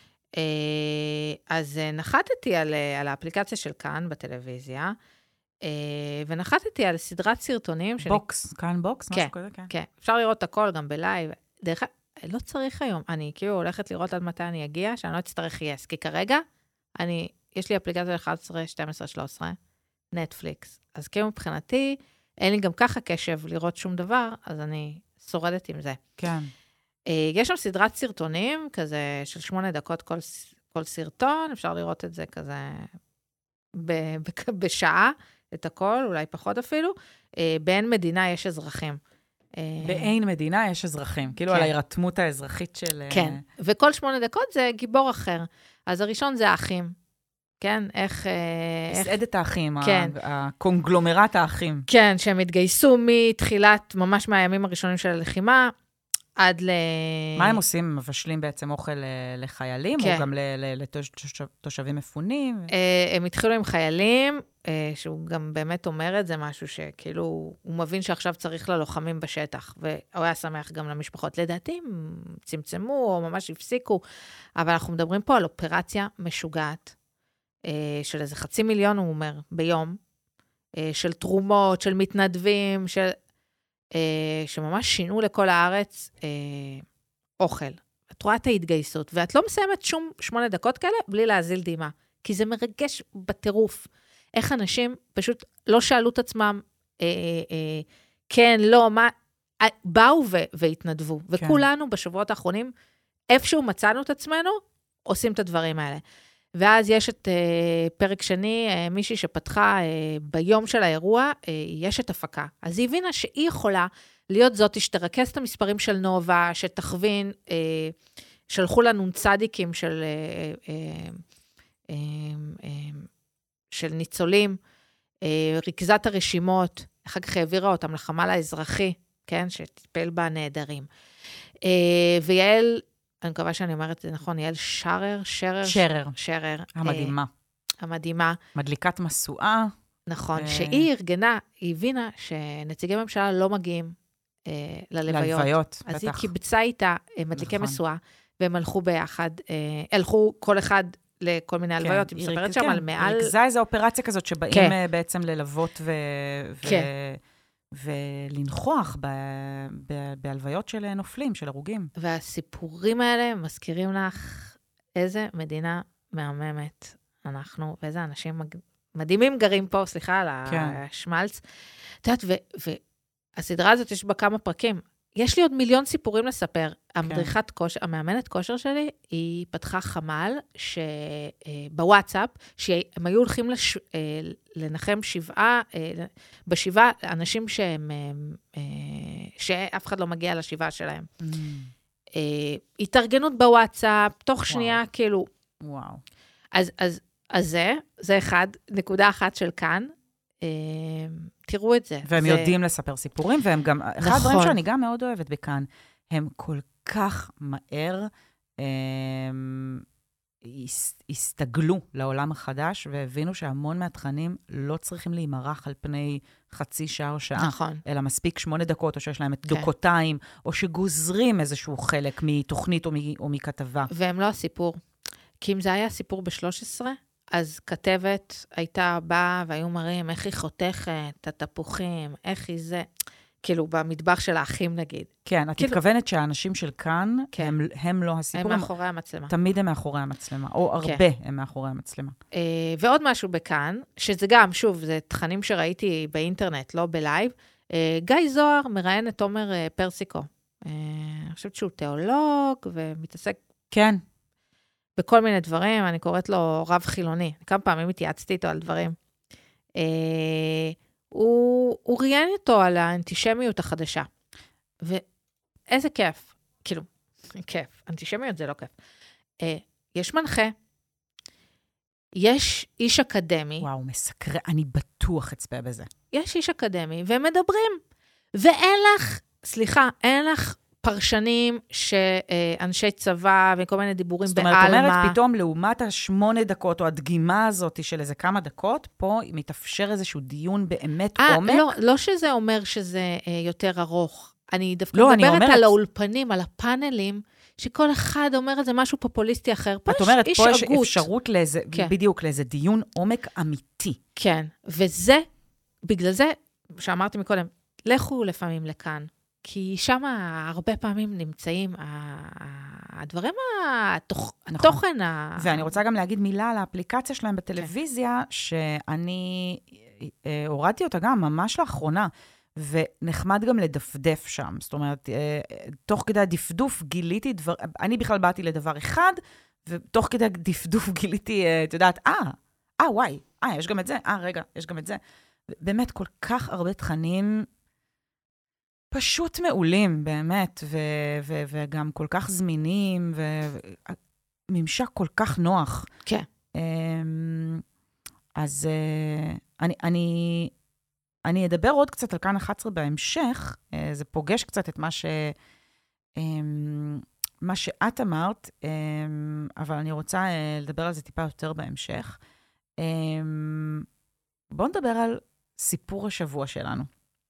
אז נחתתי על, על האפליקציה של כאן בטלוויזיה, ונחתתי על סדרת סרטונים... בוקס, שאני... כאן בוקס? כן, משהו כזה, כן. כן. אפשר לראות הכל גם בלייב. דרך כלל, לא צריך היום. אני כאילו הולכת לראות עד מתי אני אגיע, שאני לא אצטרך יס, כי כרגע אני... יש לי אפליקציה אחת עשרה, שתים עשרה, שלוש עשרה, נטפליקס. אז כאילו מבחינתי, אין לי גם ככה קשב לראות שום דבר, אז אני שורדת עם זה. כן. יש שם סדרת סרטונים, כזה של שמונה דקות כל, כל סרטון, אפשר לראות את זה כזה ב, ב, בשעה, את הכל, אולי פחות אפילו. בין מדינה יש אזרחים. באין מדינה יש אזרחים, כאילו על ההירתמות האזרחית של... כן, וכל שמונה דקות זה גיבור אחר. אז הראשון זה האחים, כן? איך... מסעדת האחים, הקונגלומרט האחים. כן, שהם התגייסו מתחילת, ממש מהימים הראשונים של הלחימה, עד ל... מה הם עושים? מבשלים בעצם אוכל לחיילים, או גם לתושבים מפונים? הם התחילו עם חיילים, שהוא גם באמת אומר את זה, משהו שכאילו, הוא מבין שעכשיו צריך ללוחמים בשטח, והוא היה שמח גם למשפחות. לדעתי, הם צמצמו או ממש הפסיקו, אבל אנחנו מדברים פה על אופרציה משוגעת, של איזה חצי מיליון, הוא אומר, ביום, של תרומות, של מתנדבים, של... שממש שינו לכל הארץ אוכל. את רואה את ההתגייסות, ואת לא מסיימת שום שמונה דקות כאלה בלי להזיל דמעה, כי זה מרגש בטירוף. איך אנשים פשוט לא שאלו את עצמם, אה, אה, כן, לא, מה, באו ו- והתנדבו. כן. וכולנו בשבועות האחרונים, איפשהו מצאנו את עצמנו, עושים את הדברים האלה. ואז יש את אה, פרק שני, אה, מישהי שפתחה אה, ביום של האירוע, אה, יש את הפקה. אז היא הבינה שהיא יכולה להיות זאת, שתרכז את המספרים של נובה, שתכווין, אה, שלחו לנו צדיקים של... אה, אה, אה, אה, של ניצולים, ריכזת הרשימות, אחר כך העבירה אותם לחמ"ל האזרחי, כן, שטיפל בנהדרים. ויעל, אני מקווה שאני אומרת את זה נכון, יעל שרר, שרר, שרר, שרר, המדהימה. המדהימה. מדליקת משואה. נכון, ו... שהיא ארגנה, היא הבינה שנציגי ממשלה לא מגיעים אה, ללוויות. ללוויות, אז בטח. היא קיבצה איתה מדליקי נכון. משואה, והם הלכו ביחד, אה, הלכו כל אחד לכל מיני הלוויות, היא מספרת שם על מעל... היא ריכזה איזו אופרציה כזאת שבאים בעצם ללוות ולנחוח בהלוויות של נופלים, של הרוגים. והסיפורים האלה מזכירים לך איזה מדינה מהממת אנחנו, ואיזה אנשים מדהימים גרים פה, סליחה על השמלץ. את יודעת, והסדרה הזאת יש בה כמה פרקים. יש לי עוד מיליון סיפורים לספר. המדריכת כושר, המאמנת כושר שלי, היא פתחה חמ"ל בוואטסאפ, שהם היו הולכים לש, לנחם שבעה, בשבעה אנשים שהם, שאף אחד לא מגיע לשבעה שלהם. Mm. התארגנות בוואטסאפ, תוך שנייה, וואו. כאילו... וואו. אז, אז, אז זה, זה אחד, נקודה אחת של כאן. תראו את זה. והם זה... יודעים לספר סיפורים, והם גם, נכון. אחד הדברים שאני גם מאוד אוהבת בכאן, הם כל כך מהר הם, הסתגלו לעולם החדש, והבינו שהמון מהתכנים לא צריכים להימרח על פני חצי שעה או שעה, נכון. אלא מספיק שמונה דקות, או שיש להם את כן. דקותיים, או שגוזרים איזשהו חלק מתוכנית או, מ, או מכתבה. והם לא הסיפור. כי אם זה היה סיפור ב-שלוש עשרה, אז כתבת הייתה באה, והיו מראים איך היא חותכת את התפוחים, איך היא זה, כאילו במטבח של האחים נגיד. כן, את כאילו... מתכוונת שהאנשים של כאן, כן. הם, הם לא הסיפור. הם מאחורי המצלמה. תמיד הם מאחורי המצלמה, או הרבה כן. הם מאחורי המצלמה. אה, ועוד משהו בכאן, שזה גם, שוב, זה תכנים שראיתי באינטרנט, לא בלייב, אה, גיא זוהר מראיין את תומר אה, פרסיקו. אה, אני חושבת שהוא תיאולוג, ומתעסק... כן. בכל מיני דברים, אני קוראת לו רב חילוני. כמה פעמים התייעצתי איתו על דברים. אה, הוא, הוא ראיין אותו על האנטישמיות החדשה. ואיזה כיף. כאילו, כיף. אנטישמיות זה לא כיף. אה, יש מנחה, יש איש אקדמי. וואו, מסקרן, אני בטוח אצפה בזה. יש איש אקדמי, והם מדברים. ואין לך, סליחה, אין לך... פרשנים שאנשי צבא וכל מיני דיבורים בעלמה. זאת אומרת, אומרת פתאום לעומת השמונה דקות, או הדגימה הזאת של איזה כמה דקות, פה מתאפשר איזשהו דיון באמת 아, עומק. לא, לא שזה אומר שזה יותר ארוך. אני דווקא לא, מדברת אני אומרת... על האולפנים, על הפאנלים, שכל אחד אומר איזה משהו פופוליסטי אחר. פה את אומרת, יש פה יש הגות. יש אפשרות לאיזה, כן. בדיוק, לאיזה דיון עומק אמיתי. כן, וזה, בגלל זה, שאמרתי מקודם, לכו לפעמים לכאן. כי שם הרבה פעמים נמצאים הדברים, התוכ... נכון. התוכן. ואני רוצה גם להגיד מילה על האפליקציה שלהם בטלוויזיה, כן. שאני הורדתי אותה גם ממש לאחרונה, ונחמד גם לדפדף שם. זאת אומרת, תוך כדי הדפדוף גיליתי דבר, אני בכלל באתי לדבר אחד, ותוך כדי הדפדוף גיליתי, את יודעת, אה, אה, וואי, אה, יש גם את זה, אה, רגע, יש גם את זה. באמת כל כך הרבה תכנים, פשוט מעולים, באמת, ו- ו- וגם כל כך זמינים, וממשק כל כך נוח. כן. אז אני, אני, אני אדבר עוד קצת על כאן אחת עשרה בהמשך, זה פוגש קצת את מה ש... מה שאת אמרת, אבל אני רוצה לדבר על זה טיפה יותר בהמשך. בואו נדבר על סיפור השבוע שלנו.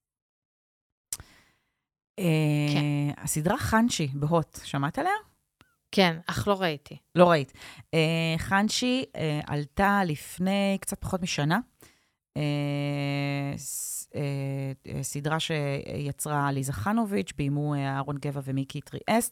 כן. הסדרה חנשי בהוט, שמעת עליה? כן, אך לא ראיתי. לא ראית. חנשי עלתה לפני קצת פחות משנה, סדרה שיצרה ליזה חנוביץ', ביימו אהרון גבע ומיקי טריאסט,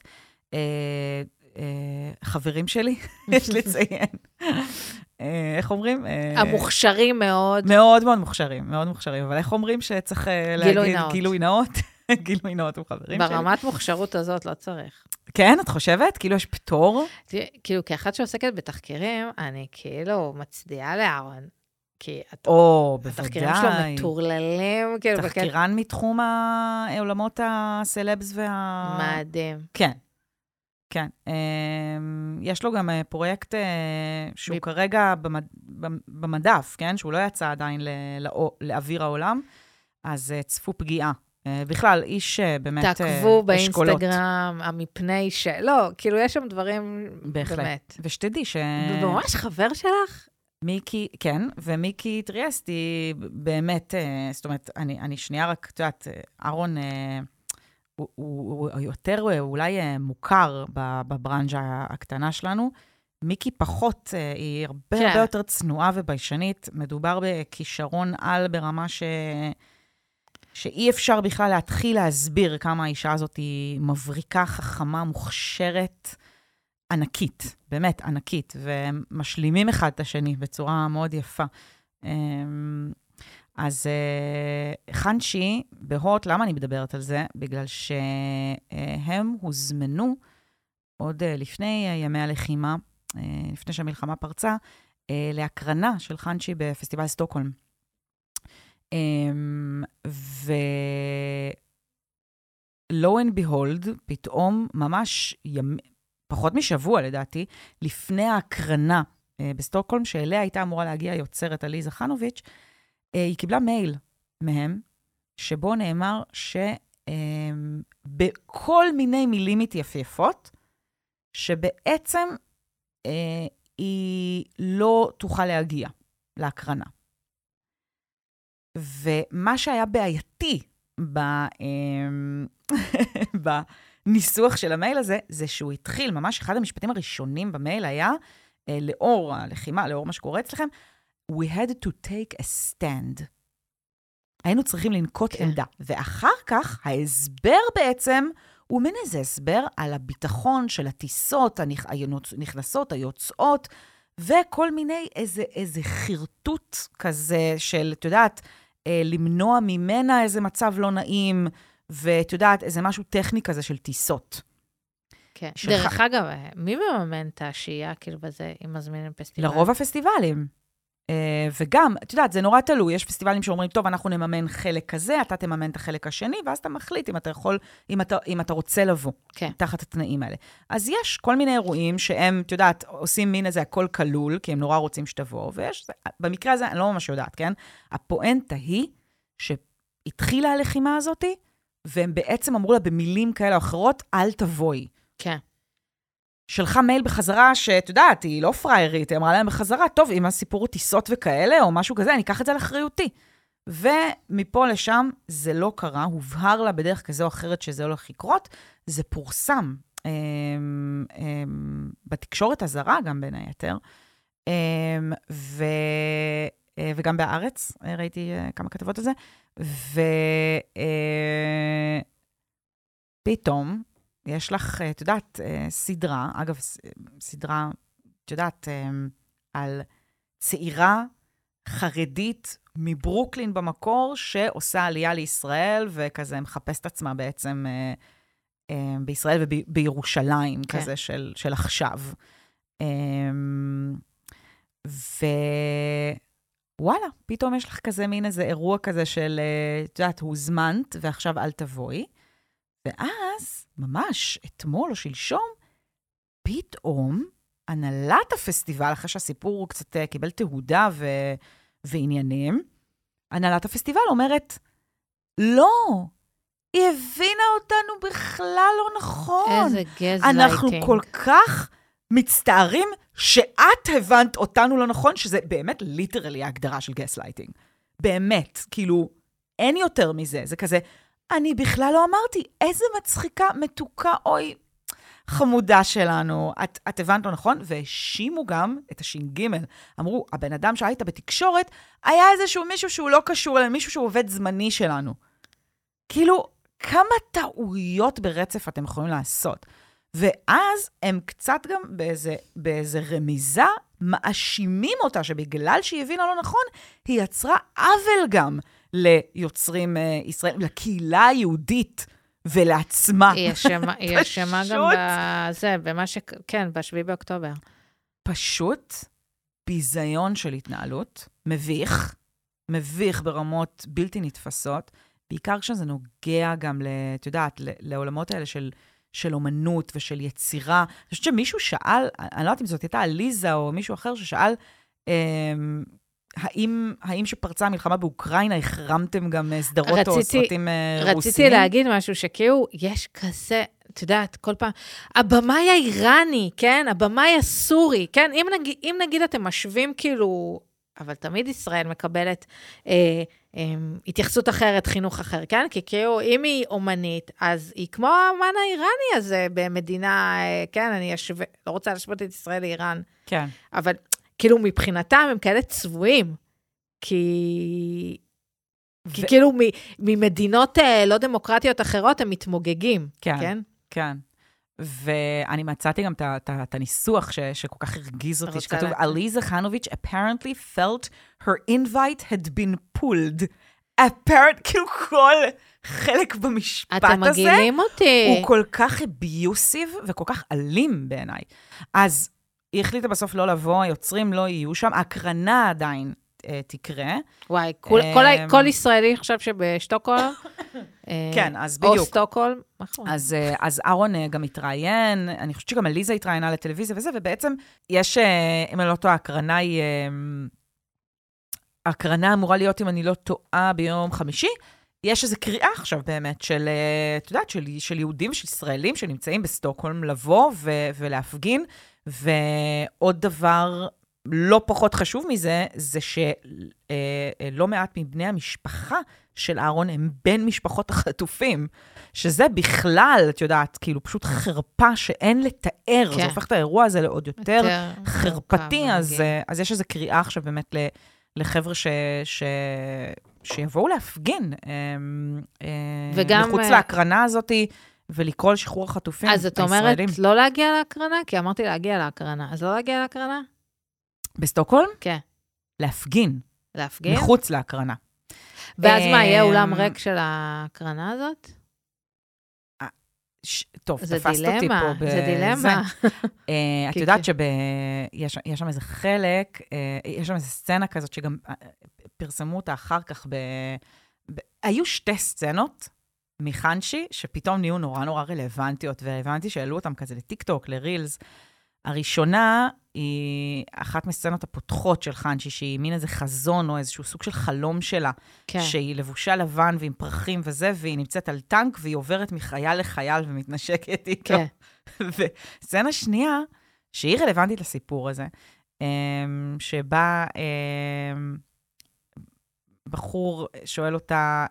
חברים שלי, יש לציין. איך אומרים? המוכשרים מאוד. מאוד מאוד מוכשרים, מאוד מוכשרים, אבל איך אומרים שצריך להגיד גילוי נאות? גילוי נאות עם חברים שלי. ברמת מוכשרות הזאת לא צריך. כן, את חושבת? כאילו יש פטור? כאילו, כאחת שעוסקת בתחקירים, אני כאילו מצדיעה לאהרון. כי התחקירים שלו מטורללים. תחקירן מתחום העולמות הסלבס וה... מדהים. כן, כן. יש לו גם פרויקט שהוא כרגע במדף, כן? שהוא לא יצא עדיין לאוויר העולם, אז צפו פגיעה. בכלל, איש באמת אשכולות. תעקבו באינסטגרם, המפני ש... לא, כאילו יש שם דברים בהחלט. באמת. ושתדעי ש... ממש חבר שלך? מיקי, כן, ומיקי טריאסט היא באמת, זאת אומרת, אני, אני שנייה רק, את יודעת, אהרון הוא, הוא, הוא יותר אולי מוכר בברנז'ה הקטנה שלנו, מיקי פחות, היא הרבה כן. הרבה יותר צנועה וביישנית, מדובר בכישרון על ברמה ש... שאי אפשר בכלל להתחיל להסביר כמה האישה הזאת היא מבריקה, חכמה, מוכשרת, ענקית, באמת ענקית, ומשלימים אחד את השני בצורה מאוד יפה. אז חנשי בהוט, למה אני מדברת על זה? בגלל שהם הוזמנו עוד לפני ימי הלחימה, לפני שהמלחמה פרצה, להקרנה של חנשי בפסטיבל סטוקהולם. ו-lo and behold, פתאום ממש ימ... פחות משבוע לדעתי, לפני ההקרנה בסטוקהולם, שאליה הייתה אמורה להגיע יוצרת ליזה חנוביץ', היא קיבלה מייל מהם, שבו נאמר שבכל מיני מילים מתייפייפות, שבעצם היא לא תוכל להגיע להקרנה. ומה שהיה בעייתי בניסוח של המייל הזה, זה שהוא התחיל, ממש אחד המשפטים הראשונים במייל היה, לאור הלחימה, לאור מה שקורה אצלכם, we had to take a stand. היינו צריכים לנקוט okay. עמדה. ואחר כך, ההסבר בעצם, הוא מין איזה הסבר על הביטחון של הטיסות, הנכנסות, היוצאות, וכל מיני איזה, איזה חרטוט כזה של, את יודעת, למנוע ממנה איזה מצב לא נעים, ואת יודעת, איזה משהו טכני כזה של טיסות. כן. דרך אגב, מי מממן את השהייה כאילו בזה, אם מזמינים פסטיבל? לרוב הפסטיבלים. וגם, את יודעת, זה נורא תלוי, יש פסטיבלים שאומרים, טוב, אנחנו נממן חלק כזה, אתה תממן את החלק השני, ואז אתה מחליט אם אתה יכול, אם אתה, אם אתה רוצה לבוא, כן. תחת התנאים האלה. אז יש כל מיני אירועים שהם, את יודעת, עושים מין איזה הכל כלול, כי הם נורא רוצים שתבוא, ויש, במקרה הזה, אני לא ממש יודעת, כן? הפואנטה היא שהתחילה הלחימה הזאת, והם בעצם אמרו לה במילים כאלה או אחרות, אל תבואי. כן. שלחה מייל בחזרה, שאת יודעת, היא לא פריירית, היא אמרה להם בחזרה, טוב, אם הסיפור טיסות וכאלה, או משהו כזה, אני אקח את זה לאחריותי. ומפה לשם זה לא קרה, הובהר לה בדרך כזה או אחרת שזה הולך לקרות, זה פורסם אמ, אמ, בתקשורת הזרה, גם בין היתר, אמ, ו, וגם בארץ, ראיתי כמה כתבות על זה, ופתאום, יש לך, את יודעת, סדרה, אגב, סדרה, את יודעת, על צעירה חרדית מברוקלין במקור, שעושה עלייה לישראל, וכזה מחפשת עצמה בעצם בישראל ובירושלים, כן. כזה של, של עכשיו. ווואלה, פתאום יש לך כזה מין איזה אירוע כזה של, את יודעת, הוזמנת, ועכשיו אל תבואי. ואז, ממש, אתמול או שלשום, פתאום, הנהלת הפסטיבל, אחרי שהסיפור קצת קיבל תהודה ו... ועניינים, הנהלת הפסטיבל אומרת, לא, היא הבינה אותנו בכלל לא נכון. איזה גזלייטינג. אנחנו כל כך מצטערים שאת הבנת אותנו לא נכון, שזה באמת ליטרלי ההגדרה של גזלייטינג. באמת, כאילו, אין יותר מזה. זה כזה, אני בכלל לא אמרתי, איזה מצחיקה, מתוקה, אוי, חמודה שלנו. את, את הבנת לא נכון? והאשימו גם את הש"ג. אמרו, הבן אדם שהיית בתקשורת, היה איזשהו מישהו שהוא לא קשור אלינו, מישהו שהוא עובד זמני שלנו. כאילו, כמה טעויות ברצף אתם יכולים לעשות? ואז הם קצת גם באיזה, באיזה רמיזה, מאשימים אותה שבגלל שהיא הבינה לא נכון, היא יצרה עוול גם ליוצרים ישראלים, לקהילה היהודית ולעצמה. היא אשמה גם בזה, במה ש... כן, בשביעי באוקטובר. פשוט ביזיון של התנהלות, מביך, מביך ברמות בלתי נתפסות, בעיקר כשזה נוגע גם, את יודעת, לעולמות האלה של... של אומנות ושל יצירה. אני חושבת שמישהו שאל, אני לא יודעת אם זאת הייתה עליזה או מישהו אחר ששאל, האם, האם שפרצה המלחמה באוקראינה, החרמתם גם סדרות רציתי, או סרטים רוסיים? רציתי להגיד משהו שכאילו, יש כזה, את יודעת, כל פעם, הבמאי האיראני, כן? הבמאי הסורי, כן? אם נגיד, אם נגיד אתם משווים כאילו, אבל תמיד ישראל מקבלת אה, אה, התייחסות אחרת, חינוך אחר, כן? כי כאילו, אם היא אומנית, אז היא כמו האמן האיראני הזה במדינה, אה, כן? אני אשווה, לא רוצה להשוות את ישראל לאיראן. כן. אבל כאילו, מבחינתם הם כאלה צבועים, כי... ו... כי כאילו, מ, ממדינות אה, לא דמוקרטיות אחרות, הם מתמוגגים, כן? כן. כן. ואני מצאתי גם את הניסוח שכל כך הרגיז אותי, שכתוב, עליזה חנוביץ' apparently felt her invite had been pulled. apparent, כאילו כל חלק במשפט הזה, אתם מגעילים אותי. הוא כל כך אביוסיב וכל כך אלים בעיניי. אז היא החליטה בסוף לא לבוא, היוצרים לא יהיו שם, ההקרנה עדיין תקרה. וואי, כל ישראלי חושב שבשטוקהולם, כן, אז בדיוק. או סטוקהולם, נכון. אז, אז אהרון גם התראיין, אני חושבת שגם עליזה התראיינה לטלוויזיה וזה, ובעצם יש, אם אני לא טועה, הקרנה היא, הקרנה אמורה להיות, אם אני לא טועה, ביום חמישי, יש איזו קריאה עכשיו באמת של, את יודעת, של, של יהודים, של ישראלים שנמצאים בסטוקהולם, לבוא ו, ולהפגין, ועוד דבר לא פחות חשוב מזה, זה שלא מעט מבני המשפחה של אהרון הם בין משפחות החטופים, שזה בכלל, את יודעת, כאילו פשוט חרפה שאין לתאר, כן. זה הופך את האירוע הזה לעוד יותר, יותר חרפתי, אז, אז יש איזו קריאה עכשיו באמת לחבר'ה ש, ש, שיבואו להפגין, וגם מחוץ להקרנה הזאת, ולקרוא לשחרור החטופים הישראלים. אז את אומרת לא להגיע להקרנה? כי אמרתי להגיע להקרנה, אז לא להגיע להקרנה? בסטוקהולם? כן. להפגין. להפגין? מחוץ להקרנה. ואז מה, יהיה אולם ריק של ההקרנה הזאת? טוב, תפסת אותי פה. זה דילמה. את יודעת שיש שם איזה חלק, יש שם איזה סצנה כזאת שגם פרסמו אותה אחר כך. היו שתי סצנות מחנשי, שפתאום נהיו נורא נורא רלוונטיות, והבנתי שהעלו אותם כזה לטיק-טוק, לרילס. הראשונה היא אחת מסצנות הפותחות של חנשי, שהיא מין איזה חזון או איזשהו סוג של חלום שלה, כן. שהיא לבושה לבן ועם פרחים וזה, והיא נמצאת על טנק, והיא עוברת מחייל לחייל ומתנשקת איתו. כן. וסצנה שנייה, שהיא רלוונטית לסיפור הזה, שבה בחור שואל אותה,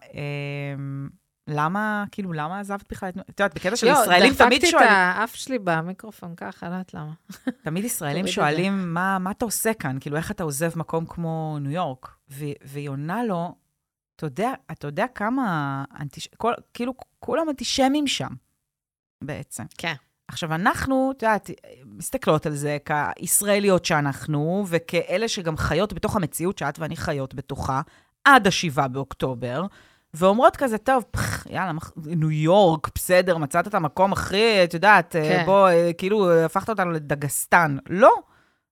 למה, כאילו, למה עזבת בכלל? את יודעת, בקטע של ישראלים תמיד שואלים... דפקתי את האף שלי במיקרופון ככה, לא יודעת למה. תמיד ישראלים שואלים, מה אתה עושה כאן? כאילו, איך אתה עוזב מקום כמו ניו יורק? והיא עונה לו, אתה יודע כמה, כאילו, כולם אנטישמים שם, בעצם. כן. עכשיו, אנחנו, את יודעת, מסתכלות על זה כישראליות שאנחנו, וכאלה שגם חיות בתוך המציאות שאת ואני חיות בתוכה, עד השבעה באוקטובר, ואומרות כזה, טוב, פח, יאללה, ניו יורק, בסדר, מצאת את המקום הכי, את יודעת, כן. בוא, כאילו, הפכת אותנו לדגסטן. לא,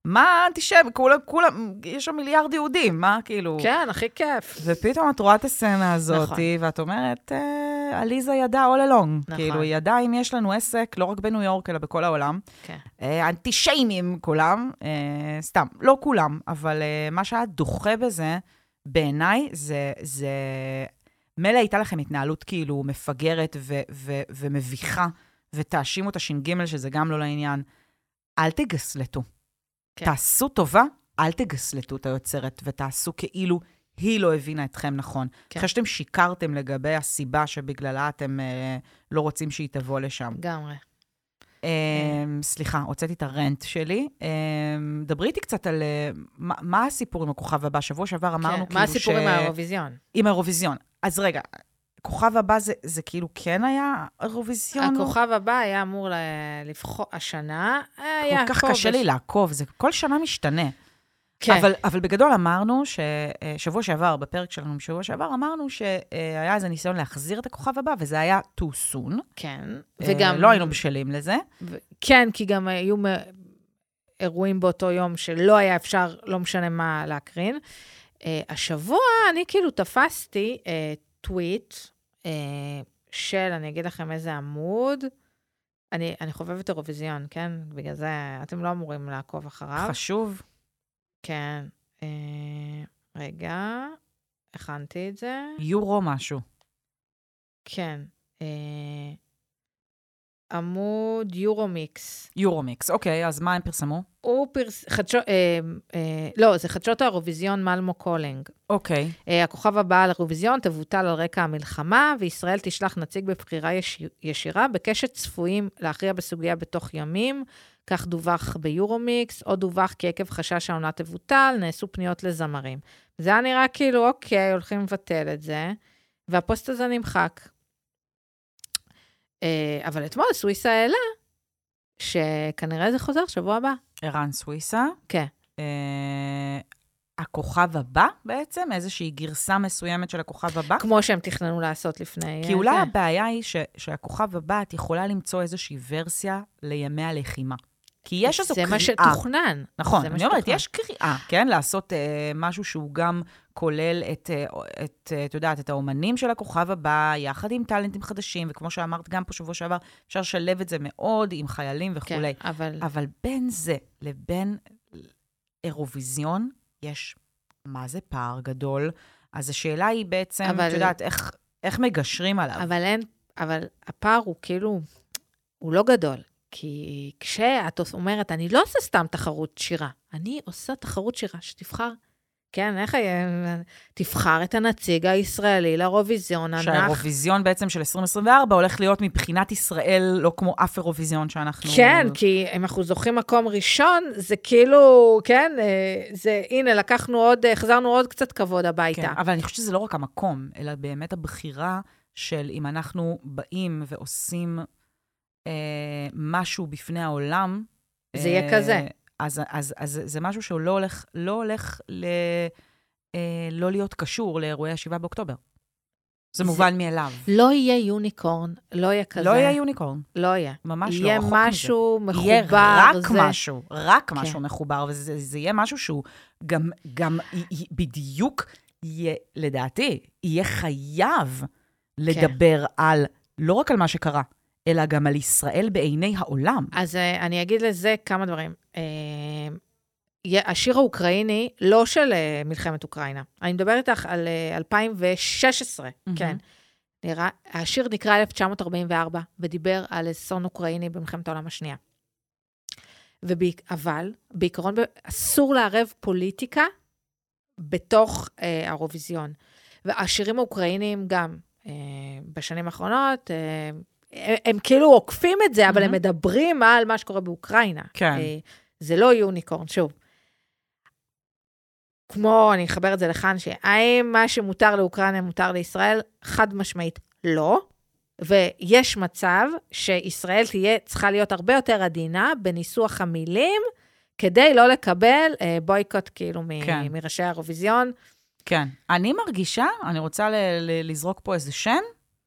מה אנטישמי? כולם, כולם, יש שם מיליארד יהודים, מה כאילו? כן, הכי כיף. ופתאום את רואה את הסצנה הזאת, נכון. ואת אומרת, אה, עליזה ידעה all along. נכון. כאילו, היא ידעה אם יש לנו עסק, לא רק בניו יורק, אלא בכל העולם. כן. אה, אנטישמים כולם, אה, סתם, לא כולם, אבל אה, מה שהיה דוחה בזה, בעיניי, זה, זה... מלא הייתה לכם התנהלות כאילו מפגרת ו- ו- ומביכה, ותאשימו את השינגימל, שזה גם לא לעניין. אל תגסלטו. כן. תעשו טובה, אל תגסלטו את היוצרת, ותעשו כאילו היא לא הבינה אתכם נכון. כן. אחרי שאתם שיקרתם לגבי הסיבה שבגללה אתם אה, לא רוצים שהיא תבוא לשם. גמרי. אה, סליחה, הוצאתי את הרנט שלי. אה, דברי איתי קצת על אה, מה, מה הסיפור עם הכוכב הבא. שבוע שעבר אמרנו כן. כאילו מה הסיפור ש... עם האירוויזיון? עם האירוויזיון. אז רגע, כוכב הבא זה, זה כאילו כן היה אירוויזיון? הכוכב הבא היה אמור לבחור השנה. כל כך קשה לי לעקוב, זה כל שנה משתנה. כן. אבל, אבל בגדול אמרנו ששבוע שעבר, בפרק שלנו משבוע שעבר, אמרנו שהיה איזה ניסיון להחזיר את הכוכב הבא, וזה היה too soon. כן. וגם... לא היינו בשלים לזה. ו... כן, כי גם היו אירועים באותו יום שלא היה אפשר, לא משנה מה להקרין. Uh, השבוע אני כאילו תפסתי uh, טוויט uh, של, אני אגיד לכם איזה עמוד, אני, אני חובבת אירוויזיון, כן? בגלל זה אתם לא אמורים לעקוב אחריו. חשוב. כן. Uh, רגע, הכנתי את זה. יורו משהו. כן. Uh, עמוד יורומיקס. יורומיקס, אוקיי, אז מה הם פרסמו? הוא פרס... חדשות... אה, אה, לא, זה חדשות האירוויזיון מלמו קולינג. אוקיי. אה, הכוכב הבא על האירוויזיון תבוטל על רקע המלחמה, וישראל תשלח נציג בבחירה יש... ישירה, בקשת צפויים להכריע בסוגיה בתוך ימים, כך דווח ביורומיקס, או דווח כי עקב חשש העונה תבוטל, נעשו פניות לזמרים. זה היה נראה כאילו, אוקיי, הולכים לבטל את זה, והפוסט הזה נמחק. אבל אתמול סוויסה העלה, שכנראה זה חוזר שבוע הבא. ערן סוויסה. כן. הכוכב הבא בעצם? איזושהי גרסה מסוימת של הכוכב הבא? כמו שהם תכננו לעשות לפני... כי אולי הבעיה היא שהכוכב הבא, את יכולה למצוא איזושהי ורסיה לימי הלחימה. כי יש איזו קריאה. זה מה שתוכנן. נכון, אני אומרת, יש קריאה, כן? לעשות אה, משהו שהוא גם כולל את, אה, את, אה, את יודעת, את האומנים של הכוכב הבא, יחד עם טלנטים חדשים, וכמו שאמרת גם פה שבוע שעבר, אפשר לשלב את זה מאוד עם חיילים וכו'. כן, אבל... אבל בין זה לבין אירוויזיון, יש מה זה פער גדול. אז השאלה היא בעצם, אבל... את יודעת, איך, איך מגשרים עליו. אבל אין, אבל הפער הוא כאילו, הוא לא גדול. כי כשאת אומרת, אני לא עושה סתם תחרות שירה, אני עושה תחרות שירה שתבחר, כן, איך תבחר את הנציג הישראלי לאירוויזיון. שהאירוויזיון בעצם של עשרים עשרים וארבע הולך להיות מבחינת ישראל לא כמו אף אירוויזיון שאנחנו... כן, כי אם אנחנו זוכים מקום ראשון, זה כאילו, כן, זה, הנה, לקחנו עוד, חזרנו עוד קצת כבוד הביתה. כן, אבל אני חושבת שזה לא רק המקום, אלא באמת הבחירה של אם אנחנו באים ועושים... משהו בפני העולם. זה יהיה כזה. אז, אז, אז זה משהו שהוא לא הולך, לא הולך ל, לא להיות קשור לאירועי השבעה באוקטובר. זה מובן מאליו. לא יהיה יוניקורן, לא יהיה כזה. לא יהיה יוניקורן. לא יהיה. ממש לא, יהיה רחוק משהו מזה. מחובר. יהיה רק זה... משהו, רק משהו כן. מחובר, וזה זה יהיה משהו שהוא גם, גם בדיוק, יהיה, לדעתי, יהיה חייב לדבר כן. על, לא רק על מה שקרה, אלא גם על ישראל בעיני העולם. אז uh, אני אגיד לזה כמה דברים. Uh, השיר האוקראיני, לא של uh, מלחמת אוקראינה. אני מדבר איתך על uh, אלפיים ושש עשרה, mm-hmm. כן. נראה, השיר נקרא אלף תשע מאות ארבעים וארבע, ודיבר על אסון אוקראיני במלחמת העולם השנייה. ובעיק, אבל, בעיקרון, אסור לערב פוליטיקה בתוך uh, האירוויזיון. והשירים האוקראיניים גם, uh, בשנים האחרונות, uh, הם, הם כאילו עוקפים את זה, אבל mm-hmm. הם מדברים על מה שקורה באוקראינה. כן. זה לא יוניקורן, שוב. כמו, אני אחבר את זה לכאן, שהאם מה שמותר לאוקראינה מותר לישראל, חד משמעית לא, ויש מצב שישראל תהיה, צריכה להיות הרבה יותר עדינה בניסוח המילים, כדי לא לקבל אה, בויקוט כאילו כן. מ- מראשי האירוויזיון. כן. אני מרגישה, אני רוצה ל- ל- לזרוק פה איזה שם,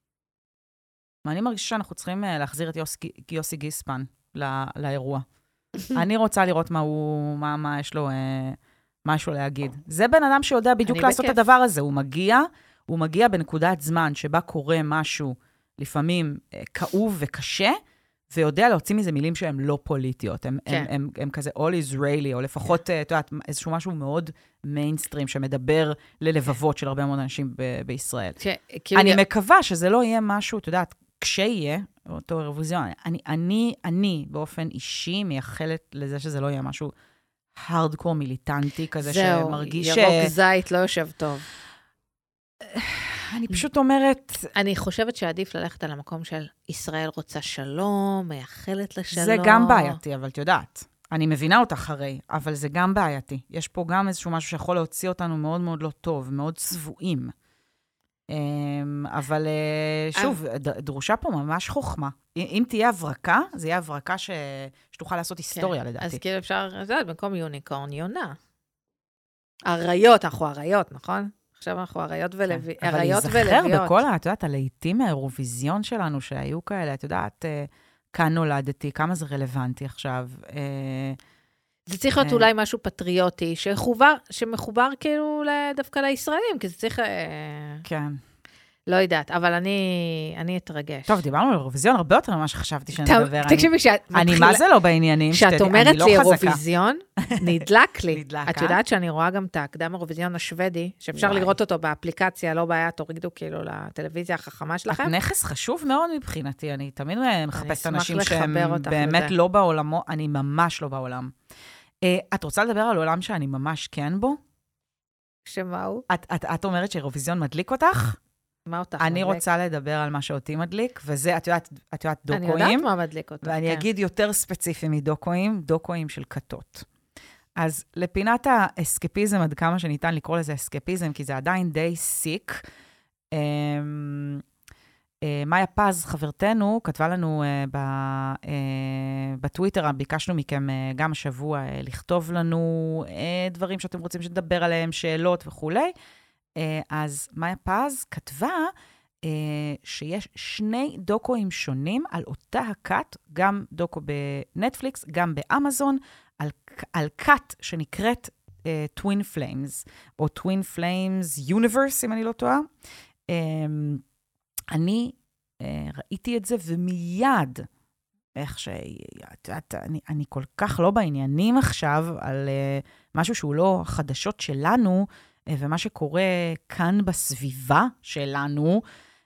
ואני מרגישה שאנחנו צריכים להחזיר את יוסי, יוסי גיספן לא, לאירוע. אני רוצה לראות מה הוא, מה, מה יש לו, אה, משהו להגיד. זה בן אדם שיודע בדיוק לעשות את הדבר הזה. הוא מגיע, הוא מגיע בנקודת זמן שבה קורה משהו, לפעמים אה, כאוב וקשה, ויודע להוציא מזה מילים שהן לא פוליטיות. הם, כן. הם, הם, הם כזה all Israeli, או לפחות, כן. את יודעת, איזשהו משהו מאוד מיינסטרים, שמדבר ללבבות כן. של הרבה מאוד אנשים ב- בישראל. ש... אני י... מקווה שזה לא יהיה משהו, את יודעת, כשיהיה, אותו אירוויזיון, אני, אני, אני באופן אישי מייחלת לזה שזה לא יהיה משהו הארדקור מיליטנטי כזה זהו, שמרגיש... זהו, ירוק זית לא יושב טוב. אני פשוט אומרת... אני חושבת שעדיף ללכת על המקום של ישראל רוצה שלום, מייחלת לשלום. זה גם בעייתי, אבל את יודעת. אני מבינה אותך הרי, אבל זה גם בעייתי. יש פה גם איזשהו משהו שיכול להוציא אותנו מאוד מאוד לא טוב, מאוד צבועים. אבל שוב, דרושה פה ממש חוכמה. אם תהיה הברקה, זה יהיה הברקה שתוכל לעשות היסטוריה, לדעתי. אז כאילו אפשר, זה יודעת, במקום יוניקורן, יונה. אריות, אנחנו אריות, נכון? עכשיו אנחנו אריות ולוויות. אבל להיזכר בכל, את יודעת, הלעיתים מהאירוויזיון שלנו שהיו כאלה, את יודעת, כאן נולדתי, כמה זה רלוונטי עכשיו. זה צריך להיות אולי משהו פטריוטי, שמחובר כאילו דווקא לישראלים, כי זה צריך... כן. לא יודעת, אבל אני, אני אתרגש. טוב, דיברנו על אירוויזיון הרבה יותר ממה שחשבתי שנדבר. תקשיבי שאת מתחילה... אני מה זה לא בעניינים? שאת אומרת לי אירוויזיון, נדלק לי. את יודעת שאני רואה גם את הקדם אירוויזיון השוודי, שאפשר לראות אותו באפליקציה, לא בעיה, תורידו כאילו לטלוויזיה החכמה שלכם. את נכס חשוב מאוד מבחינתי, אני תמיד מחפשת אנשים שהם באמת לא בעולמו, אני ממש לא בעולם. את רוצה לדבר על עולם שאני ממש כן בו? שמה הוא? את אומרת שאירוויזיון מדליק אותך? מה אותך אני מדליק? רוצה לדבר על מה שאותי מדליק, וזה, את יודעת, את יודעת דוקואים. אני יודעת מה מדליק אותך, ואני כן. אגיד יותר ספציפי מדוקואים, דוקואים של כתות. אז לפינת האסקפיזם, עד כמה שניתן לקרוא לזה אסקפיזם, כי זה עדיין די סיק, מאיה פז, חברתנו, כתבה לנו בטוויטר, ביקשנו מכם גם השבוע לכתוב לנו דברים שאתם רוצים שתדבר עליהם, שאלות וכולי. אז מאיה פז כתבה שיש שני דוקואים שונים על אותה הקאט, גם דוקו בנטפליקס, גם באמזון, על, על קאט שנקראת Twin Flames, או Twin Flames Universe, אם אני לא טועה. אני ראיתי את זה ומיד, איך ש... אני, אני כל כך לא בעניינים עכשיו על משהו שהוא לא חדשות שלנו, ומה שקורה כאן בסביבה שלנו,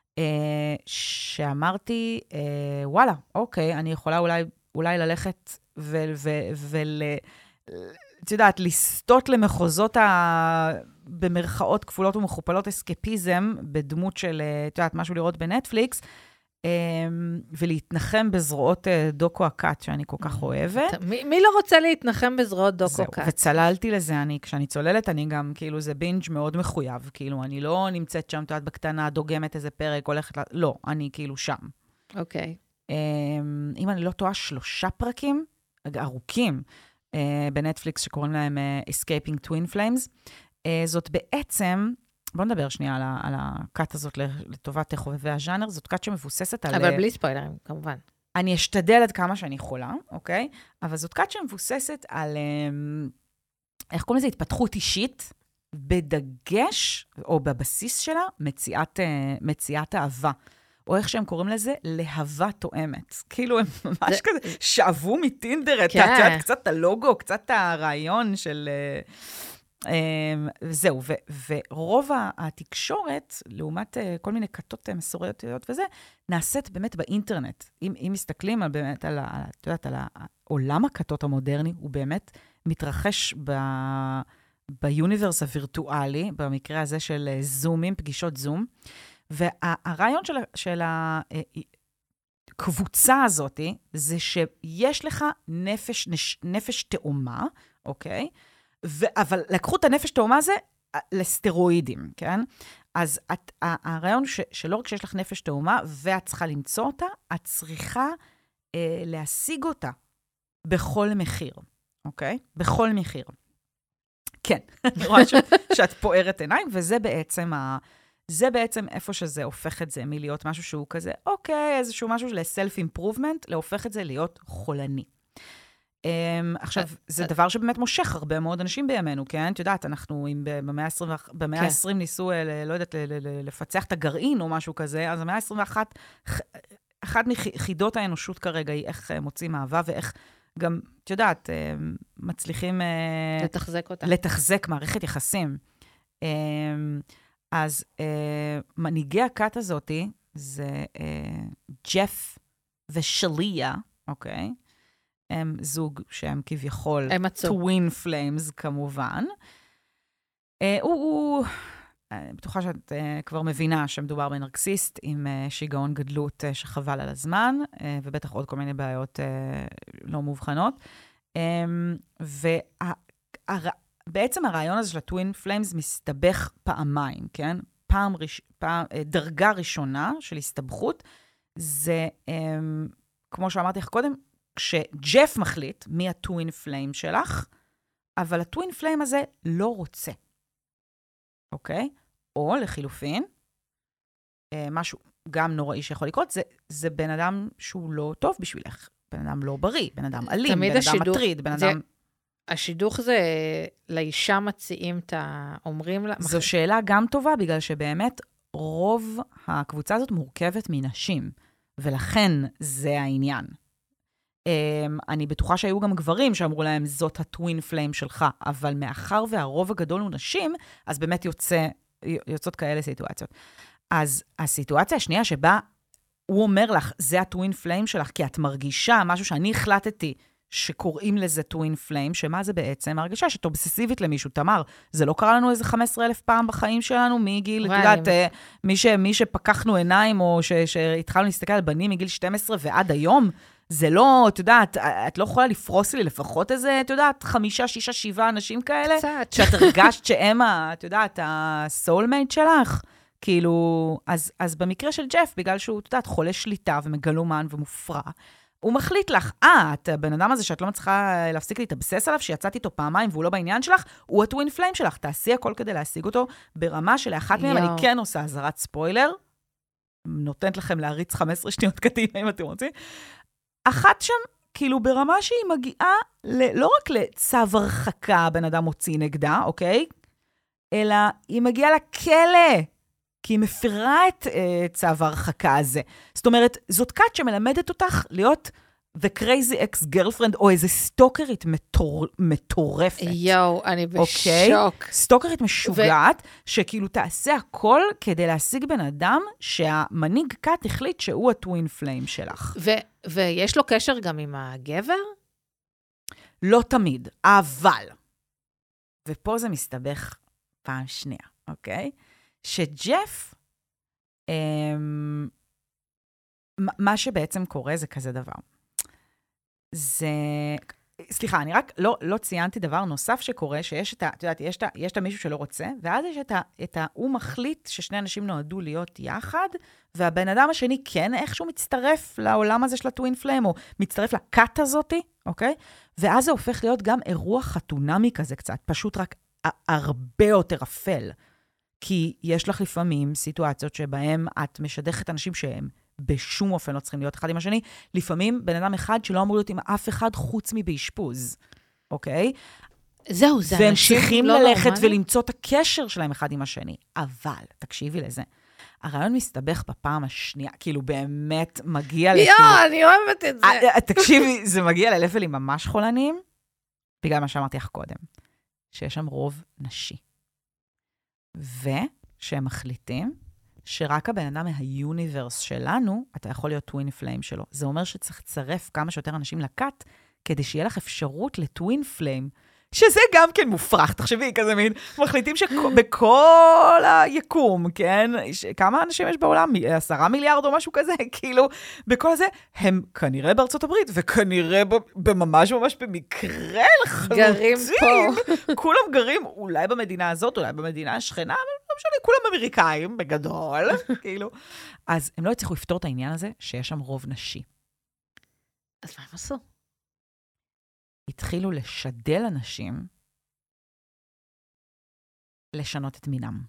שאמרתי, וואלה, אוקיי, אני יכולה אולי, אולי ללכת ול... את יודעת, לסטות למחוזות ה... במרכאות כפולות ומכופלות אסקפיזם, בדמות של, את יודעת, משהו לראות בנטפליקס, ולהתנחם בזרועות דוקו הקאט, שאני כל כך אוהבת. מי, מי לא רוצה להתנחם בזרועות דוקו קאט? וצללתי לזה, אני, כשאני צוללת, אני גם, כאילו, זה בינג' מאוד מחויב, כאילו, אני לא נמצאת שם, את יודעת, בקטנה, דוגמת איזה פרק, הולכת, לא, אני כאילו שם. אוקיי. אם אני לא טועה, שלושה פרקים, ארוכים, בנטפליקס, שקוראים להם Escaping Twin Flames, זאת בעצם... בוא נדבר שנייה על, על הקאט הזאת לטובת חובבי הז'אנר. זאת קאט שמבוססת על... אבל בלי ספוילרים, כמובן. אני אשתדל עד כמה שאני יכולה, אוקיי? אבל זאת קאט שמבוססת על, איך קוראים לזה? התפתחות אישית, בדגש, או בבסיס שלה, מציאת, מציאת אהבה. או איך שהם קוראים לזה, להבה תואמת. כאילו הם ממש זה... כזה שאבו מטינדר את כן. קצת הלוגו, קצת הרעיון של... זהו, ורוב התקשורת, לעומת כל מיני כתות מסורתיות וזה, נעשית באמת באינטרנט. אם מסתכלים באמת על העולם הכתות המודרני, הוא באמת מתרחש ביוניברס הווירטואלי, במקרה הזה של זומים, פגישות זום, והרעיון של הקבוצה הזאת, זה שיש לך נפש תאומה, אוקיי? ו- אבל לקחו את הנפש תאומה הזה לסטרואידים, כן? אז את, הרעיון ש- שלא רק שיש לך נפש תאומה, ואת צריכה למצוא אותה, את צריכה אה, להשיג אותה בכל מחיר, אוקיי? בכל מחיר. כן, אני רואה ש- שאת פוערת עיניים, וזה בעצם, ה- זה בעצם איפה שזה הופך את זה מלהיות משהו שהוא כזה, אוקיי, איזשהו משהו ל-self-improvement, להופך את זה להיות חולני. עכשיו, זה דבר שבאמת מושך הרבה מאוד אנשים בימינו, כן? את יודעת, אנחנו, אם במאה ה-עשרים ניסו, לא יודעת, לפצח את הגרעין או משהו כזה, אז המאה ה-עשרים ואחת, אחת מחידות האנושות כרגע היא איך מוצאים אהבה, ואיך גם, את יודעת, מצליחים... לתחזק אותה. לתחזק מערכת יחסים. אז מנהיגי הכת הזאת, זה ג'ף ושליה, אוקיי? הם זוג שהם כביכול טווין פליימס, כמובן. הוא, אני בטוחה שאת כבר מבינה שמדובר בנרקסיסט עם שיגעון גדלות שחבל על הזמן, ובטח עוד כל מיני בעיות לא מובחנות. ובעצם הרעיון הזה של הטווין פליימס מסתבך פעמיים, כן? פעם, פעם, דרגה ראשונה של הסתבכות, זה, כמו שאמרתי לך קודם, כשג'ף מחליט מי הטווין פליים שלך, אבל הטווין פליים הזה לא רוצה. אוקיי? או לחילופין, משהו גם נוראי שיכול לקרות, זה, זה בן אדם שהוא לא טוב בשבילך. בן אדם לא בריא, בן אדם אלים, בן השידוך, אדם מטריד, בן זה, אדם... השידוך זה לאישה מציעים את ה... אומרים לה... זו שאלה גם טובה, בגלל שבאמת רוב הקבוצה הזאת מורכבת מנשים, ולכן זה העניין. אני בטוחה שהיו גם גברים שאמרו להם, זאת הטווין פליים שלך, אבל מאחר והרוב הגדול הוא נשים, אז באמת יוצא, יוצאות כאלה סיטואציות. אז הסיטואציה השנייה שבה הוא אומר לך, זה הטווין פליים שלך, כי את מרגישה משהו שאני החלטתי שקוראים לזה טווין פליים, שמה זה בעצם? הרגשה שאת אובססיבית למישהו. תמר, זה לא קרה לנו איזה חמש עשרה אלף פעם בחיים שלנו, מגיל, את יודעת, מי, ש, מי שפקחנו עיניים, או ש, שהתחלנו להסתכל על בנים מגיל שתים עשרה ועד היום, זה לא, את יודעת, את לא יכולה לפרוס לי לפחות איזה, את יודעת, חמישה, שישה, שבעה אנשים כאלה, קצת. שאת הרגשת שהם, את יודעת, הסולמייט שלך, כאילו, אז, אז במקרה של ג'ף, בגלל שהוא, את יודעת, חולה שליטה ומגלומן ומופרע, הוא מחליט לך, אה, את הבן אדם הזה שאת לא מצליחה להפסיק להתאבסס עליו, שיצאתי איתו פעמיים והוא לא בעניין שלך, הוא הטווין פליים שלך, תעשי הכל כדי להשיג אותו, ברמה שלאחת מהם אני כן עושה הזרת ספוילר, נותנת לכם להריץ חמש עשרה שניות קדימה אם אתם רוצים, אחת שם, כאילו ברמה שהיא מגיעה, ל, לא רק לצו הרחקה, בן אדם מוציא נגדה, אוקיי? אלא היא מגיעה לכלא, כי היא מפירה את uh, צו ההרחקה הזה. זאת אומרת, זאת קאט שמלמדת אותך להיות the crazy ex-girlfriend, או איזה סטוקרית מטור, מטורפת. יואו, אני בשוק. Okay? סטוקרית משוגעת, ו... שכאילו תעשה הכל כדי להשיג בן אדם שהמנהיג קאט החליט שהוא הטווין פליים שלך. ו- ויש לו קשר גם עם הגבר? לא תמיד, אבל. ופה זה מסתבך פעם שנייה, אוקיי? שג'ף, אמ, מה שבעצם קורה זה כזה דבר. זה, סליחה, אני רק לא, לא ציינתי דבר נוסף שקורה, שיש את ה, את יודעת, יש את, יש את המישהו שלא רוצה, ואז יש את ה, את ה, הוא מחליט ששני אנשים נועדו להיות יחד, והבן אדם השני כן איכשהו מצטרף לעולם הזה של הטווין פליים, או מצטרף לקאט הזאתי, אוקיי? ואז זה הופך להיות גם אירוע חתונמי כזה קצת, פשוט רק הרבה יותר אפל. כי יש לך לפעמים סיטואציות שבהם את משדכת אנשים שהם בשום אופן לא צריכים להיות אחד עם השני, לפעמים בן אדם אחד שלא אמור להיות עם אף אחד חוץ מבאשפוז, אוקיי? זהו, זה והם אנשים צריכים לא ללכת נורמלי. ולמצוא את הקשר שלהם אחד עם השני. אבל, תקשיבי לזה, הרעיון מסתבך בפעם השנייה, כאילו באמת מגיע יו, לכאילו... אני אוהבת את זה. תקשיבי, זה מגיע ללבלים ממש חולניים, בגלל מה שאמרתי לך קודם, שיש שם רוב נשי. ושהם מחליטים שרק הבן אדם מהיוניברס שלנו, אתה יכול להיות טווין פליים שלו. זה אומר שצריך לצרף כמה שיותר אנשים לקאט, כדי שיהיה לך אפשרות לטווין פליים, שזה גם כן מופרך, תחשבי, כזה מין, מחליטים שבכל היקום, כן, כמה אנשים יש בעולם? עשרה מיליארד או משהו כזה, כאילו, בכל זה, הם כנראה בארצות הברית, וכנראה בממש ממש במקרה לחלוטין. גרים פה. כולם גרים, אולי במדינה הזאת, אולי במדינה השכנה, אבל לא משנה, כולם אמריקאים, בגדול, כאילו. אז הם לא הצליחו לפתור את העניין הזה, שיש שם רוב נשי. אז מה הם עשו? התחילו לשדל אנשים לשנות את מינם.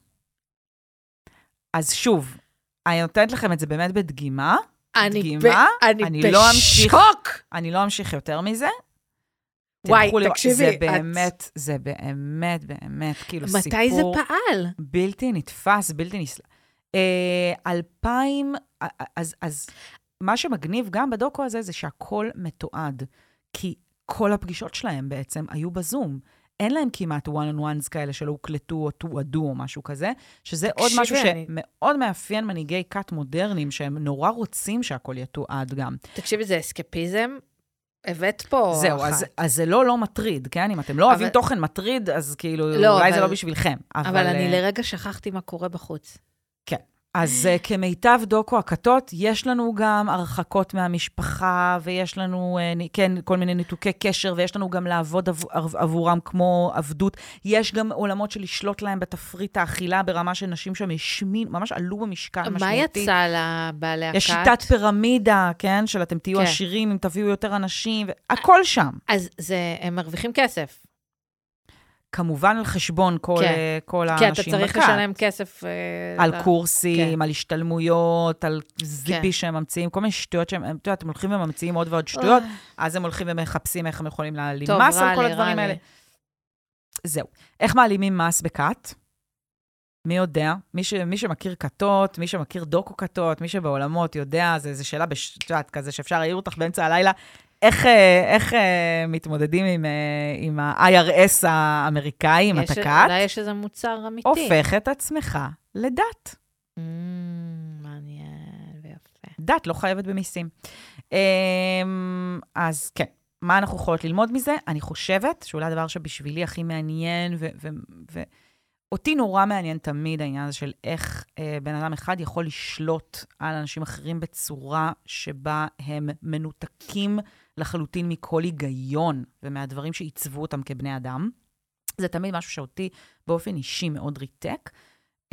אז שוב, אני נותנת לכם את זה באמת בדגימה. אני, דגימה, ב- אני, אני בשוק. לא אמשיך, אני לא אמשיך יותר מזה, וואי, תקשיבי. זה באמת, זה באמת, באמת, כאילו סיפור... מתי זה פעל? בלתי נתפס, בלתי נסלח. אלפיים, אז, אז מה שמגניב גם בדוקו הזה, זה שהכל מתועד. כי כל הפגישות שלהם בעצם היו בזום. אין להם כמעט one-on-ones כאלה שלא הוקלטו או תועדו או משהו כזה, שזה עוד משהו אני... שמאוד מאפיין מנהיגי קאט מודרניים, שהם נורא רוצים שהכל יתועד גם. תקשיבי, זה אסקפיזם? הבאת פה... זהו, אז, אז זה לא לא מטריד, כן? אם אתם לא אבל... אוהבים תוכן מטריד, אז כאילו, לא, אולי אבל... זה לא בשבילכם. אבל, אבל אני uh... לרגע שכחתי מה קורה בחוץ. כן. אז uh, כמיטב דוקו הכתות, יש לנו גם הרחקות מהמשפחה, ויש לנו, uh, כן, כל מיני ניתוקי קשר, ויש לנו גם לעבוד עבור, עבורם כמו עבדות. יש גם עולמות של לשלוט להם בתפריט האכילה, ברמה של נשים שם השמין, ממש עלו במשקל משמעותי. מה יצא לבעלי הקאט? יש שיטת פירמידה, כן, של אתם תהיו כן. עשירים, אם תביאו יותר אנשים, הכל שם. אז זה, הם מרוויחים כסף. כמובן על חשבון כל, כן. כל כן, האנשים בקאט. כי אתה צריך לשלם כסף. על אתה... קורסים, כן. על השתלמויות, על זיפי כן. שהם ממציאים, כל מיני שטויות שהם, הם, אתם הולכים וממציאים עוד ועוד שטויות, אז הם הולכים ומחפשים איך הם יכולים להעלים מס על כל הדברים האלה. זהו. איך מעלימים מס בקאט? מי יודע? מי, ש, מי שמכיר כתות, מי שמכיר דוקו כתות, מי שבעולמות יודע, זה, זה שאלה בשטות כזה שאפשר להעיר אותך באמצע הלילה, איך, איך מתמודדים עם, עם ה-איי אר אס האמריקאי, עם התקת? אולי יש איזה מוצר אמיתי. הופך את עצמך לדת. Mm, מעניין ויפה. דת לא חייבת במיסים. אז כן, מה אנחנו יכולות ללמוד מזה? אני חושבת שאולי הדבר שבשבילי הכי מעניין, ו... ו, ו אותי נורא מעניין תמיד העניין הזה של איך אה, בן אדם אחד יכול לשלוט על אנשים אחרים בצורה שבה הם מנותקים לחלוטין מכל היגיון ומהדברים שעיצבו אותם כבני אדם. זה תמיד משהו שאותי באופן אישי מאוד ריתק. אה,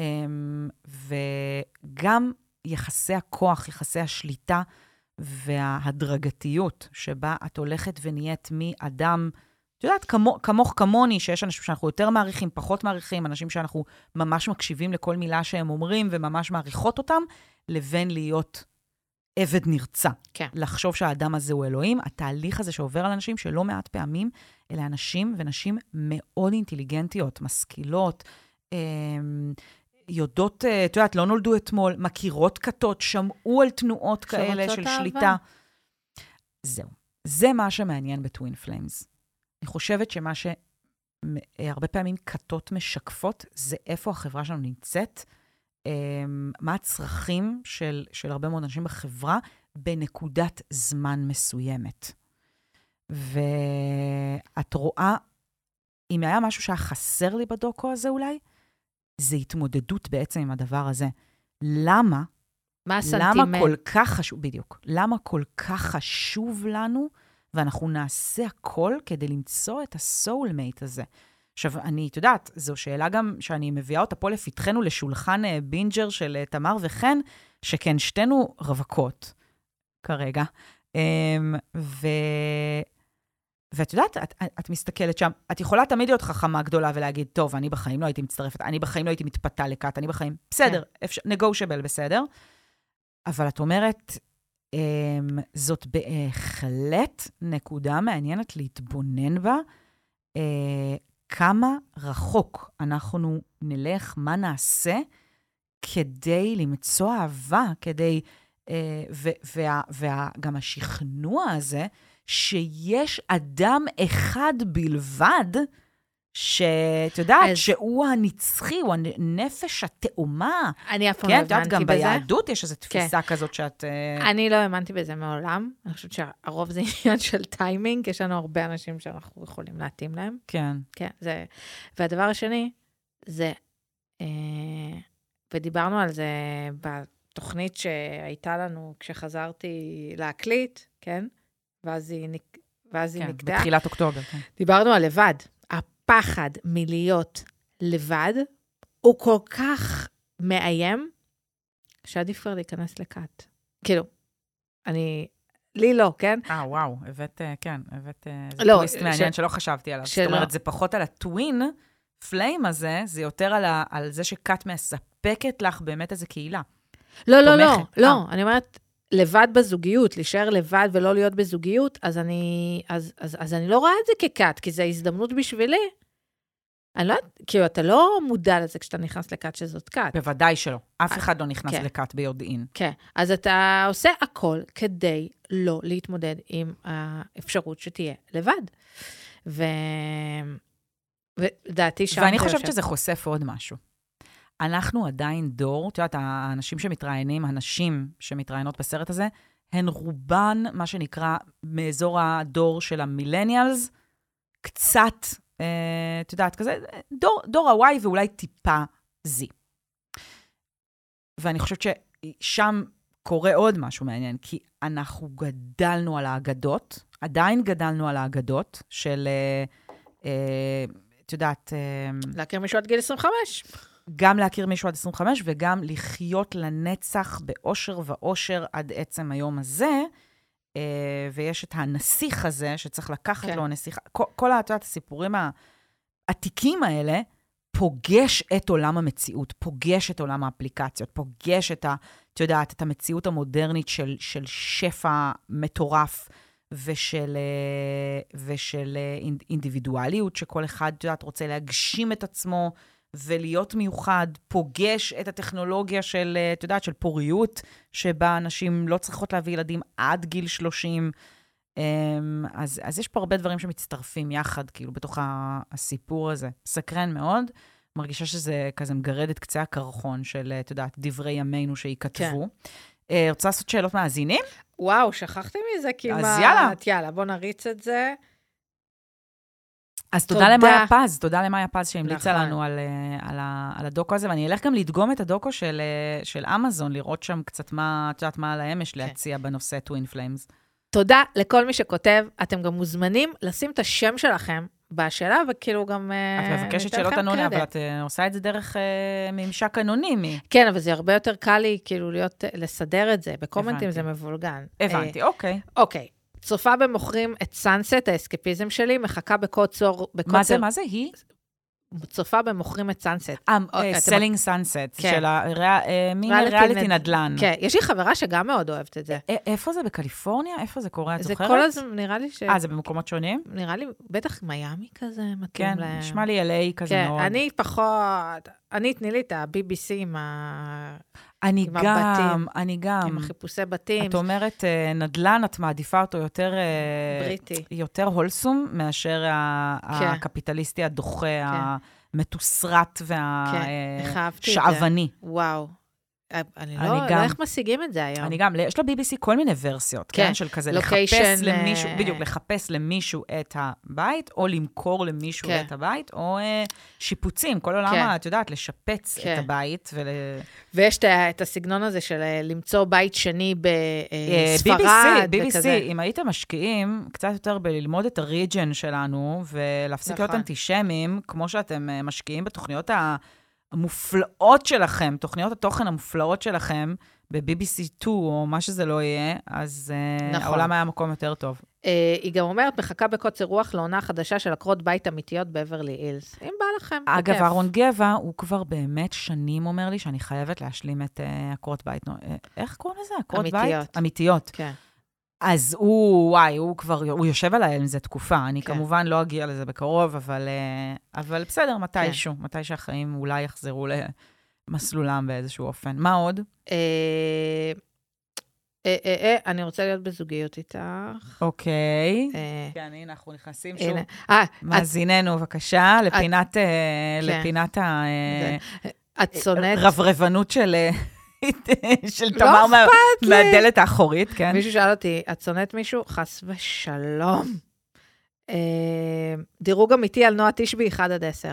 וגם יחסי הכוח, יחסי השליטה וההדרגתיות שבה את הולכת ונהיית מאדם, את יודעת, כמו, כמוך כמוני, שיש אנשים שאנחנו יותר מעריכים, פחות מעריכים, אנשים שאנחנו ממש מקשיבים לכל מילה שהם אומרים, וממש מעריכות אותם, לבין להיות עבד נרצע. כן. לחשוב שהאדם הזה הוא אלוהים, התהליך הזה שעובר על אנשים שלא מעט פעמים, אלה אנשים ונשים מאוד אינטליגנטיות, משכילות, אה, יודעות, אה, את יודעת, לא נולדו אתמול, מכירות כתות, שמעו על תנועות כאלה של אהבה. שליטה. זהו. זה מה שמעניין בטווין פליימס. אני חושבת שמה שהרבה פעמים כתות משקפות, זה איפה החברה שלנו נמצאת, מה הצרכים של, של הרבה מאוד אנשים בחברה, בנקודת זמן מסוימת. ואת רואה, אם היה משהו שהיה חסר לי בדוקו הזה אולי, זה התמודדות בעצם עם הדבר הזה. למה? מה הסנטימנט? למה כל כך חשוב, בדיוק, למה כל כך חשוב לנו, ואנחנו נעשה הכל כדי למצוא את הסולמייט הזה. עכשיו, אני, את יודעת, זו שאלה גם שאני מביאה אותה פה לפתחנו לשולחן בינג'ר של תמר וחן, שכן שתינו רווקות כרגע. ו... ואת יודעת, את, את מסתכלת שם, את יכולה תמיד להיות חכמה גדולה ולהגיד, טוב, אני בחיים לא הייתי מצטרפת, אני בחיים לא הייתי מתפתה לקט, אני בחיים, בסדר, אפשר, negotiable, בסדר. אבל את אומרת, Um, זאת בהחלט נקודה מעניינת להתבונן בה, uh, כמה רחוק אנחנו נלך, מה נעשה, כדי למצוא אהבה, כדי, uh, וגם השכנוע הזה, שיש אדם אחד בלבד, שאת יודעת, אז... שהוא הנצחי, הוא הנפש התאומה. אני אף פעם כן, לא הבנתי גם בזה. גם ביהדות יש איזו תפיסה כן. כזאת שאת... אני לא האמנתי בזה מעולם. אני חושבת שהרוב זה עניין של טיימינג. יש לנו הרבה אנשים שאנחנו יכולים להתאים להם. כן. כן, זה... והדבר השני, זה... אה, ודיברנו על זה בתוכנית שהייתה לנו כשחזרתי להקליט, כן? ואז היא, נק... ואז כן, היא נקטעה. בתחילת אוקטובר, כן. דיברנו על לבד. הפחד מלהיות לבד, הוא כל כך מאיים, שעדיף כבר להיכנס לקאט. כאילו, אני, לי לא, כן? אה, וואו, הבאת, כן, הבאת איזה טוויסט מעניין שלא חשבתי עליו. זאת אומרת, זה פחות על הטווין פליים הזה, זה יותר על זה שקאט מספקת לך באמת איזה קהילה. לא, לא, לא, לא, אני אומרת, לבד בזוגיות, להישאר לבד ולא להיות בזוגיות, אז אני, אז, אז, אז אני לא רואה את זה כקאט, כי זו הזדמנות בשבילי. אני לא יודעת, כאילו, אתה לא מודע לזה כשאתה נכנס לקאט שזאת קאט. בוודאי שלא. אף אחד לא נכנס כן. לקאט ביודעין. כן, אז אתה עושה הכל כדי לא להתמודד עם האפשרות שתהיה לבד. ו... ודעתי שם... ואני חושבת שזה חושף עוד משהו. אנחנו עדיין דור, את יודעת, האנשים שמתראיינים, הנשים שמתראיינות בסרט הזה, הן רובן, מה שנקרא, מאזור הדור של המילניאלס, קצת, אה, את יודעת, כזה, דור, דור ה-Y ואולי טיפה Z. ואני חושבת ששם קורה עוד משהו מעניין, כי אנחנו גדלנו על האגדות, עדיין גדלנו על האגדות של, אה, אה, את יודעת... אה, להכיר מישהו עד גיל עשרים וחמש. גם להכיר מישהו עד עשרים וחמש, וגם לחיות לנצח באושר ואושר עד עצם היום הזה, ויש את הנסיך הזה, שצריך לקחת לו הנסיך, כל, כל את יודעת, הסיפורים העתיקים האלה, פוגש את עולם המציאות, פוגש את עולם האפליקציות, פוגש את, ה, את יודעת, את המציאות המודרנית של, של שפע מטורף, ושל, ושל אינדיבידואליות, שכל אחד, את יודעת, רוצה להגשים את עצמו, ולהיות מיוחד, פוגש את הטכנולוגיה של, את יודעת, של פוריות, שבה אנשים לא צריכות להביא ילדים עד גיל שלושים. אז, אז יש פה הרבה דברים שמצטרפים יחד, כאילו, בתוך הסיפור הזה. סקרן מאוד. מרגישה שזה כזה מגרד את קצה הקרחון של, את יודעת, דברי ימינו שיכתבו. כן. רוצה לעשות שאלות מאזינים? וואו, שכחתי מזה כמעט. אז יאללה. יאללה, בוא נריץ את זה. אז תודה למאיה פז, תודה למאיה פז שהמליצה לנו על, על, על הדוקו הזה, ואני אלך גם לדגום את הדוקו של, של אמזון, לראות שם קצת מה, את יודעת, מה על האמש להציע בנושא טווין פליימס. תודה לכל מי שכותב, אתם גם מוזמנים לשים את השם שלכם בשאלה, וכאילו גם... את מבקשת שאלות אנוני, אבל את עושה את זה דרך ממשק אנונימי. כן, אבל זה הרבה יותר קל לי, כאילו, להיות, לסדר את זה. בקומנטים זה מבולגן. הבנתי, אוקיי. אוקיי. צופה במוכרים את סאנסט, האסקפיזם שלי, מחכה בקוצור... מה זה, מה זה? היא? צופה במוכרים את סאנסט. סלינג סאנסט, של מין ריאליטי נדל"ן. כן, יש לי חברה שגם מאוד אוהבת את זה. איפה זה? בקליפורניה? איפה זה קורה? את זוכרת? זה כל הזמן, נראה לי ש... אה, זה במקומות שונים? נראה לי, בטח מיימי כזה, מתאים להם. כן, נשמע לי אל איי כזה מאוד. כן, אני פחות... אני תני לי את ה-בי בי סי עם ה... אני גם, אני גם. עם החיפושי בתים. את אומרת, נדל"ן, את מעדיפה אותו יותר... בריטי. יותר הולסום, מאשר הקפיטליסטי הדוחה, המתוסרט והשעווני. וואו. אני לא, לא איך משיגים את זה היום. אני גם, יש לבי בי סי כל מיני ורסיות, כן, של כזה לחפש למישהו, בדיוק, לחפש למישהו את הבית, או למכור למישהו את הבית, או שיפוצים, כל עולם, את יודעת, לשפץ את הבית. ויש את הסגנון הזה של למצוא בית שני בספרד. בי בי סי, אם היית משקיעים קצת יותר בללמוד את הריג'ן שלנו, ולהפסיק להיות אנטישמים, כמו שאתם משקיעים בתוכניות ה... המופלאות שלכם, תוכניות התוכן המופלאות שלכם, ב-בי בי סי שתיים, או מה שזה לא יהיה, אז נכון. העולם היה מקום יותר טוב. היא גם אומרת, מחכה בקוצר רוח לעונה חדשה של עקרות בית אמיתיות באברלי הילס. אם בא לכם, אגב, אהרון גבע, הוא כבר באמת שנים אומר לי, שאני חייבת להשלים את עקרות בית. איך קוראים לזה? עקרות בית? אמיתיות. אמיתיות. כן. אז הוא, וואי, הוא כבר, הוא יושב עליי עם זה תקופה. אני כן. כמובן לא אגיע לזה בקרוב, אבל, אבל בסדר, מתישהו, כן. מתי שהחיים אולי יחזרו למסלולם באיזשהו אופן. מה עוד? אה, אה, אה, אה, אני רוצה להיות בזוגיות איתך. אוקיי. אה, כן, הנה, אנחנו נכנסים שוב. אה, מאזיננו, את, בבקשה, לפינת, את, לפינת כן. ה... את שונאת... רברבנות של... של תמר מהדלת האחורית, כן? מישהו שאל אותי, את שונאת מישהו? חס ושלום. דירוג אמיתי על נועה תשבי, אחד עד עשר.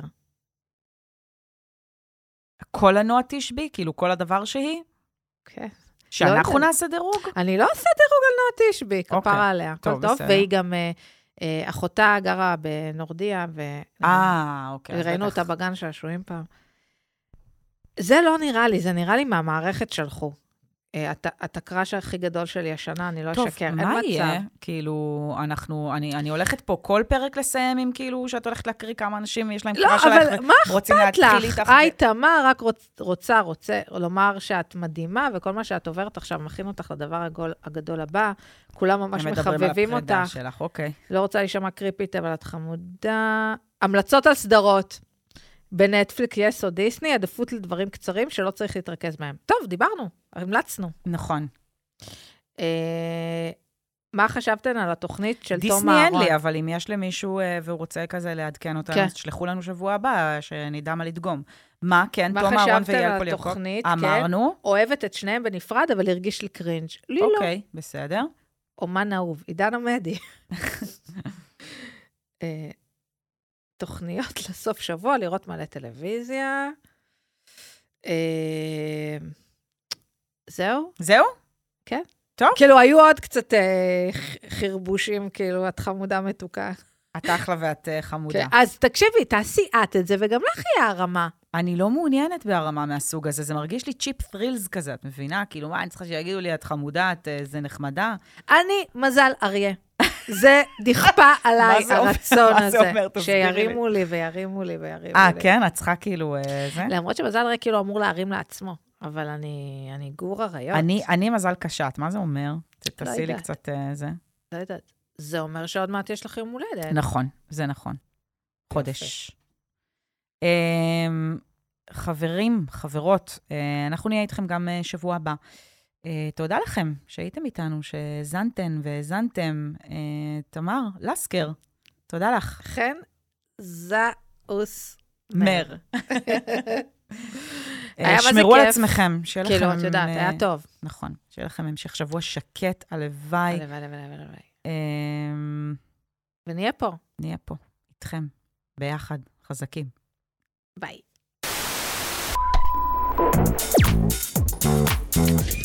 כל הנועה תשבי? כאילו כל הדבר שהיא? כן. שאנחנו נעשה דירוג? אני לא עושה דירוג על נועה תשבי, כפרה עליה. הכל טוב, והיא גם... אחותה גרה בנורדיה, וראינו אותה בגן שעשועים פעם. זה לא נראה לי, זה נראה לי מהמערכת שלחו. אתה קראש הכי גדול שלי השנה, אני לא אשקר, אין מצב. טוב, מה יהיה? כאילו, אנחנו, אני, אני הולכת פה כל פרק לסיים עם כאילו, שאת הולכת להקריא כמה אנשים, ויש להם קראש עליך, ורוצים להתחיל איתך. היי, תמר, רק רוצה, רוצה לומר שאת מדהימה, וכל מה שאת עוברת עכשיו, מכין אותך לדבר הגדול הבא, כולם ממש מחבבים אותך. שלך, אוקיי. לא רוצה להישמע קריפית, אבל את חמודה. המלצות על סדרות. בנטפליק, יס או דיסני, עדיפות לדברים קצרים שלא צריך להתרכז בהם. טוב, דיברנו, המלצנו. נכון. אה, מה חשבתן על התוכנית של תום דיסני אהרון? אין לי, אבל אם יש למישהו אה, והוא רוצה כזה לעדכן אותנו, כן. אז תשלחו לנו שבוע הבא, שנדע מה לדגום. מה, כן, מה תום אהרון חשבתן ויעל על פוליאקוב? התוכנית? אמרנו. כן. אוהבת את שניהם בנפרד, אבל הרגיש לי קרינג'. לי לא. אוקיי, בסדר. אומן אהוב, עידן עמדי. אה, תוכניות לסוף שבוע, לראות מלא טלוויזיה. אה, זהו? זהו? כן. טוב. כאילו, היו עוד קצת אה, חרבושים, כאילו, את חמודה מתוקה. את אחלה ואת uh, חמודה. כן. אז תקשיבי, תעשי את את זה, וגם לך יהיה הרמה. אני לא מעוניינת בהרמה מהסוג הזה, זה מרגיש לי צ'יפ ת'רילס כזה, את מבינה? כאילו, מה, אני צריכה שיגידו לי, את חמודה, את uh, זה נחמדה? אני מזל אריה. זה נכפה עליי הרצון הזה. שירימו לי וירימו לי וירימו לי. אה, כן? את צריכה כאילו זה? למרות שמזל אריה כאילו אמור להרים לעצמו, אבל אני, אני גור הריות. אני, אני מזל קשת, מה זה אומר? תעשי לי קצת זה. לא יודעת. זה אומר שעוד מעט יש לך יום הולדת. נכון, זה נכון. חודש. חברים, חברות, אנחנו נהיה איתכם גם שבוע הבא. תודה לכם שהייתם איתנו, שזנתן והזנתם. תמר, לסקר, תודה לך. חן זאוס מר. שמרו על עצמכם. כאילו, את יודעת, היה טוב. נכון, שיהיה לכם המשך שבוע שקט, הלוואי. הלוואי, הלוואי, הלוואי. ונהיה פה. נהיה פה, איתכם, ביחד, חזקים. ביי.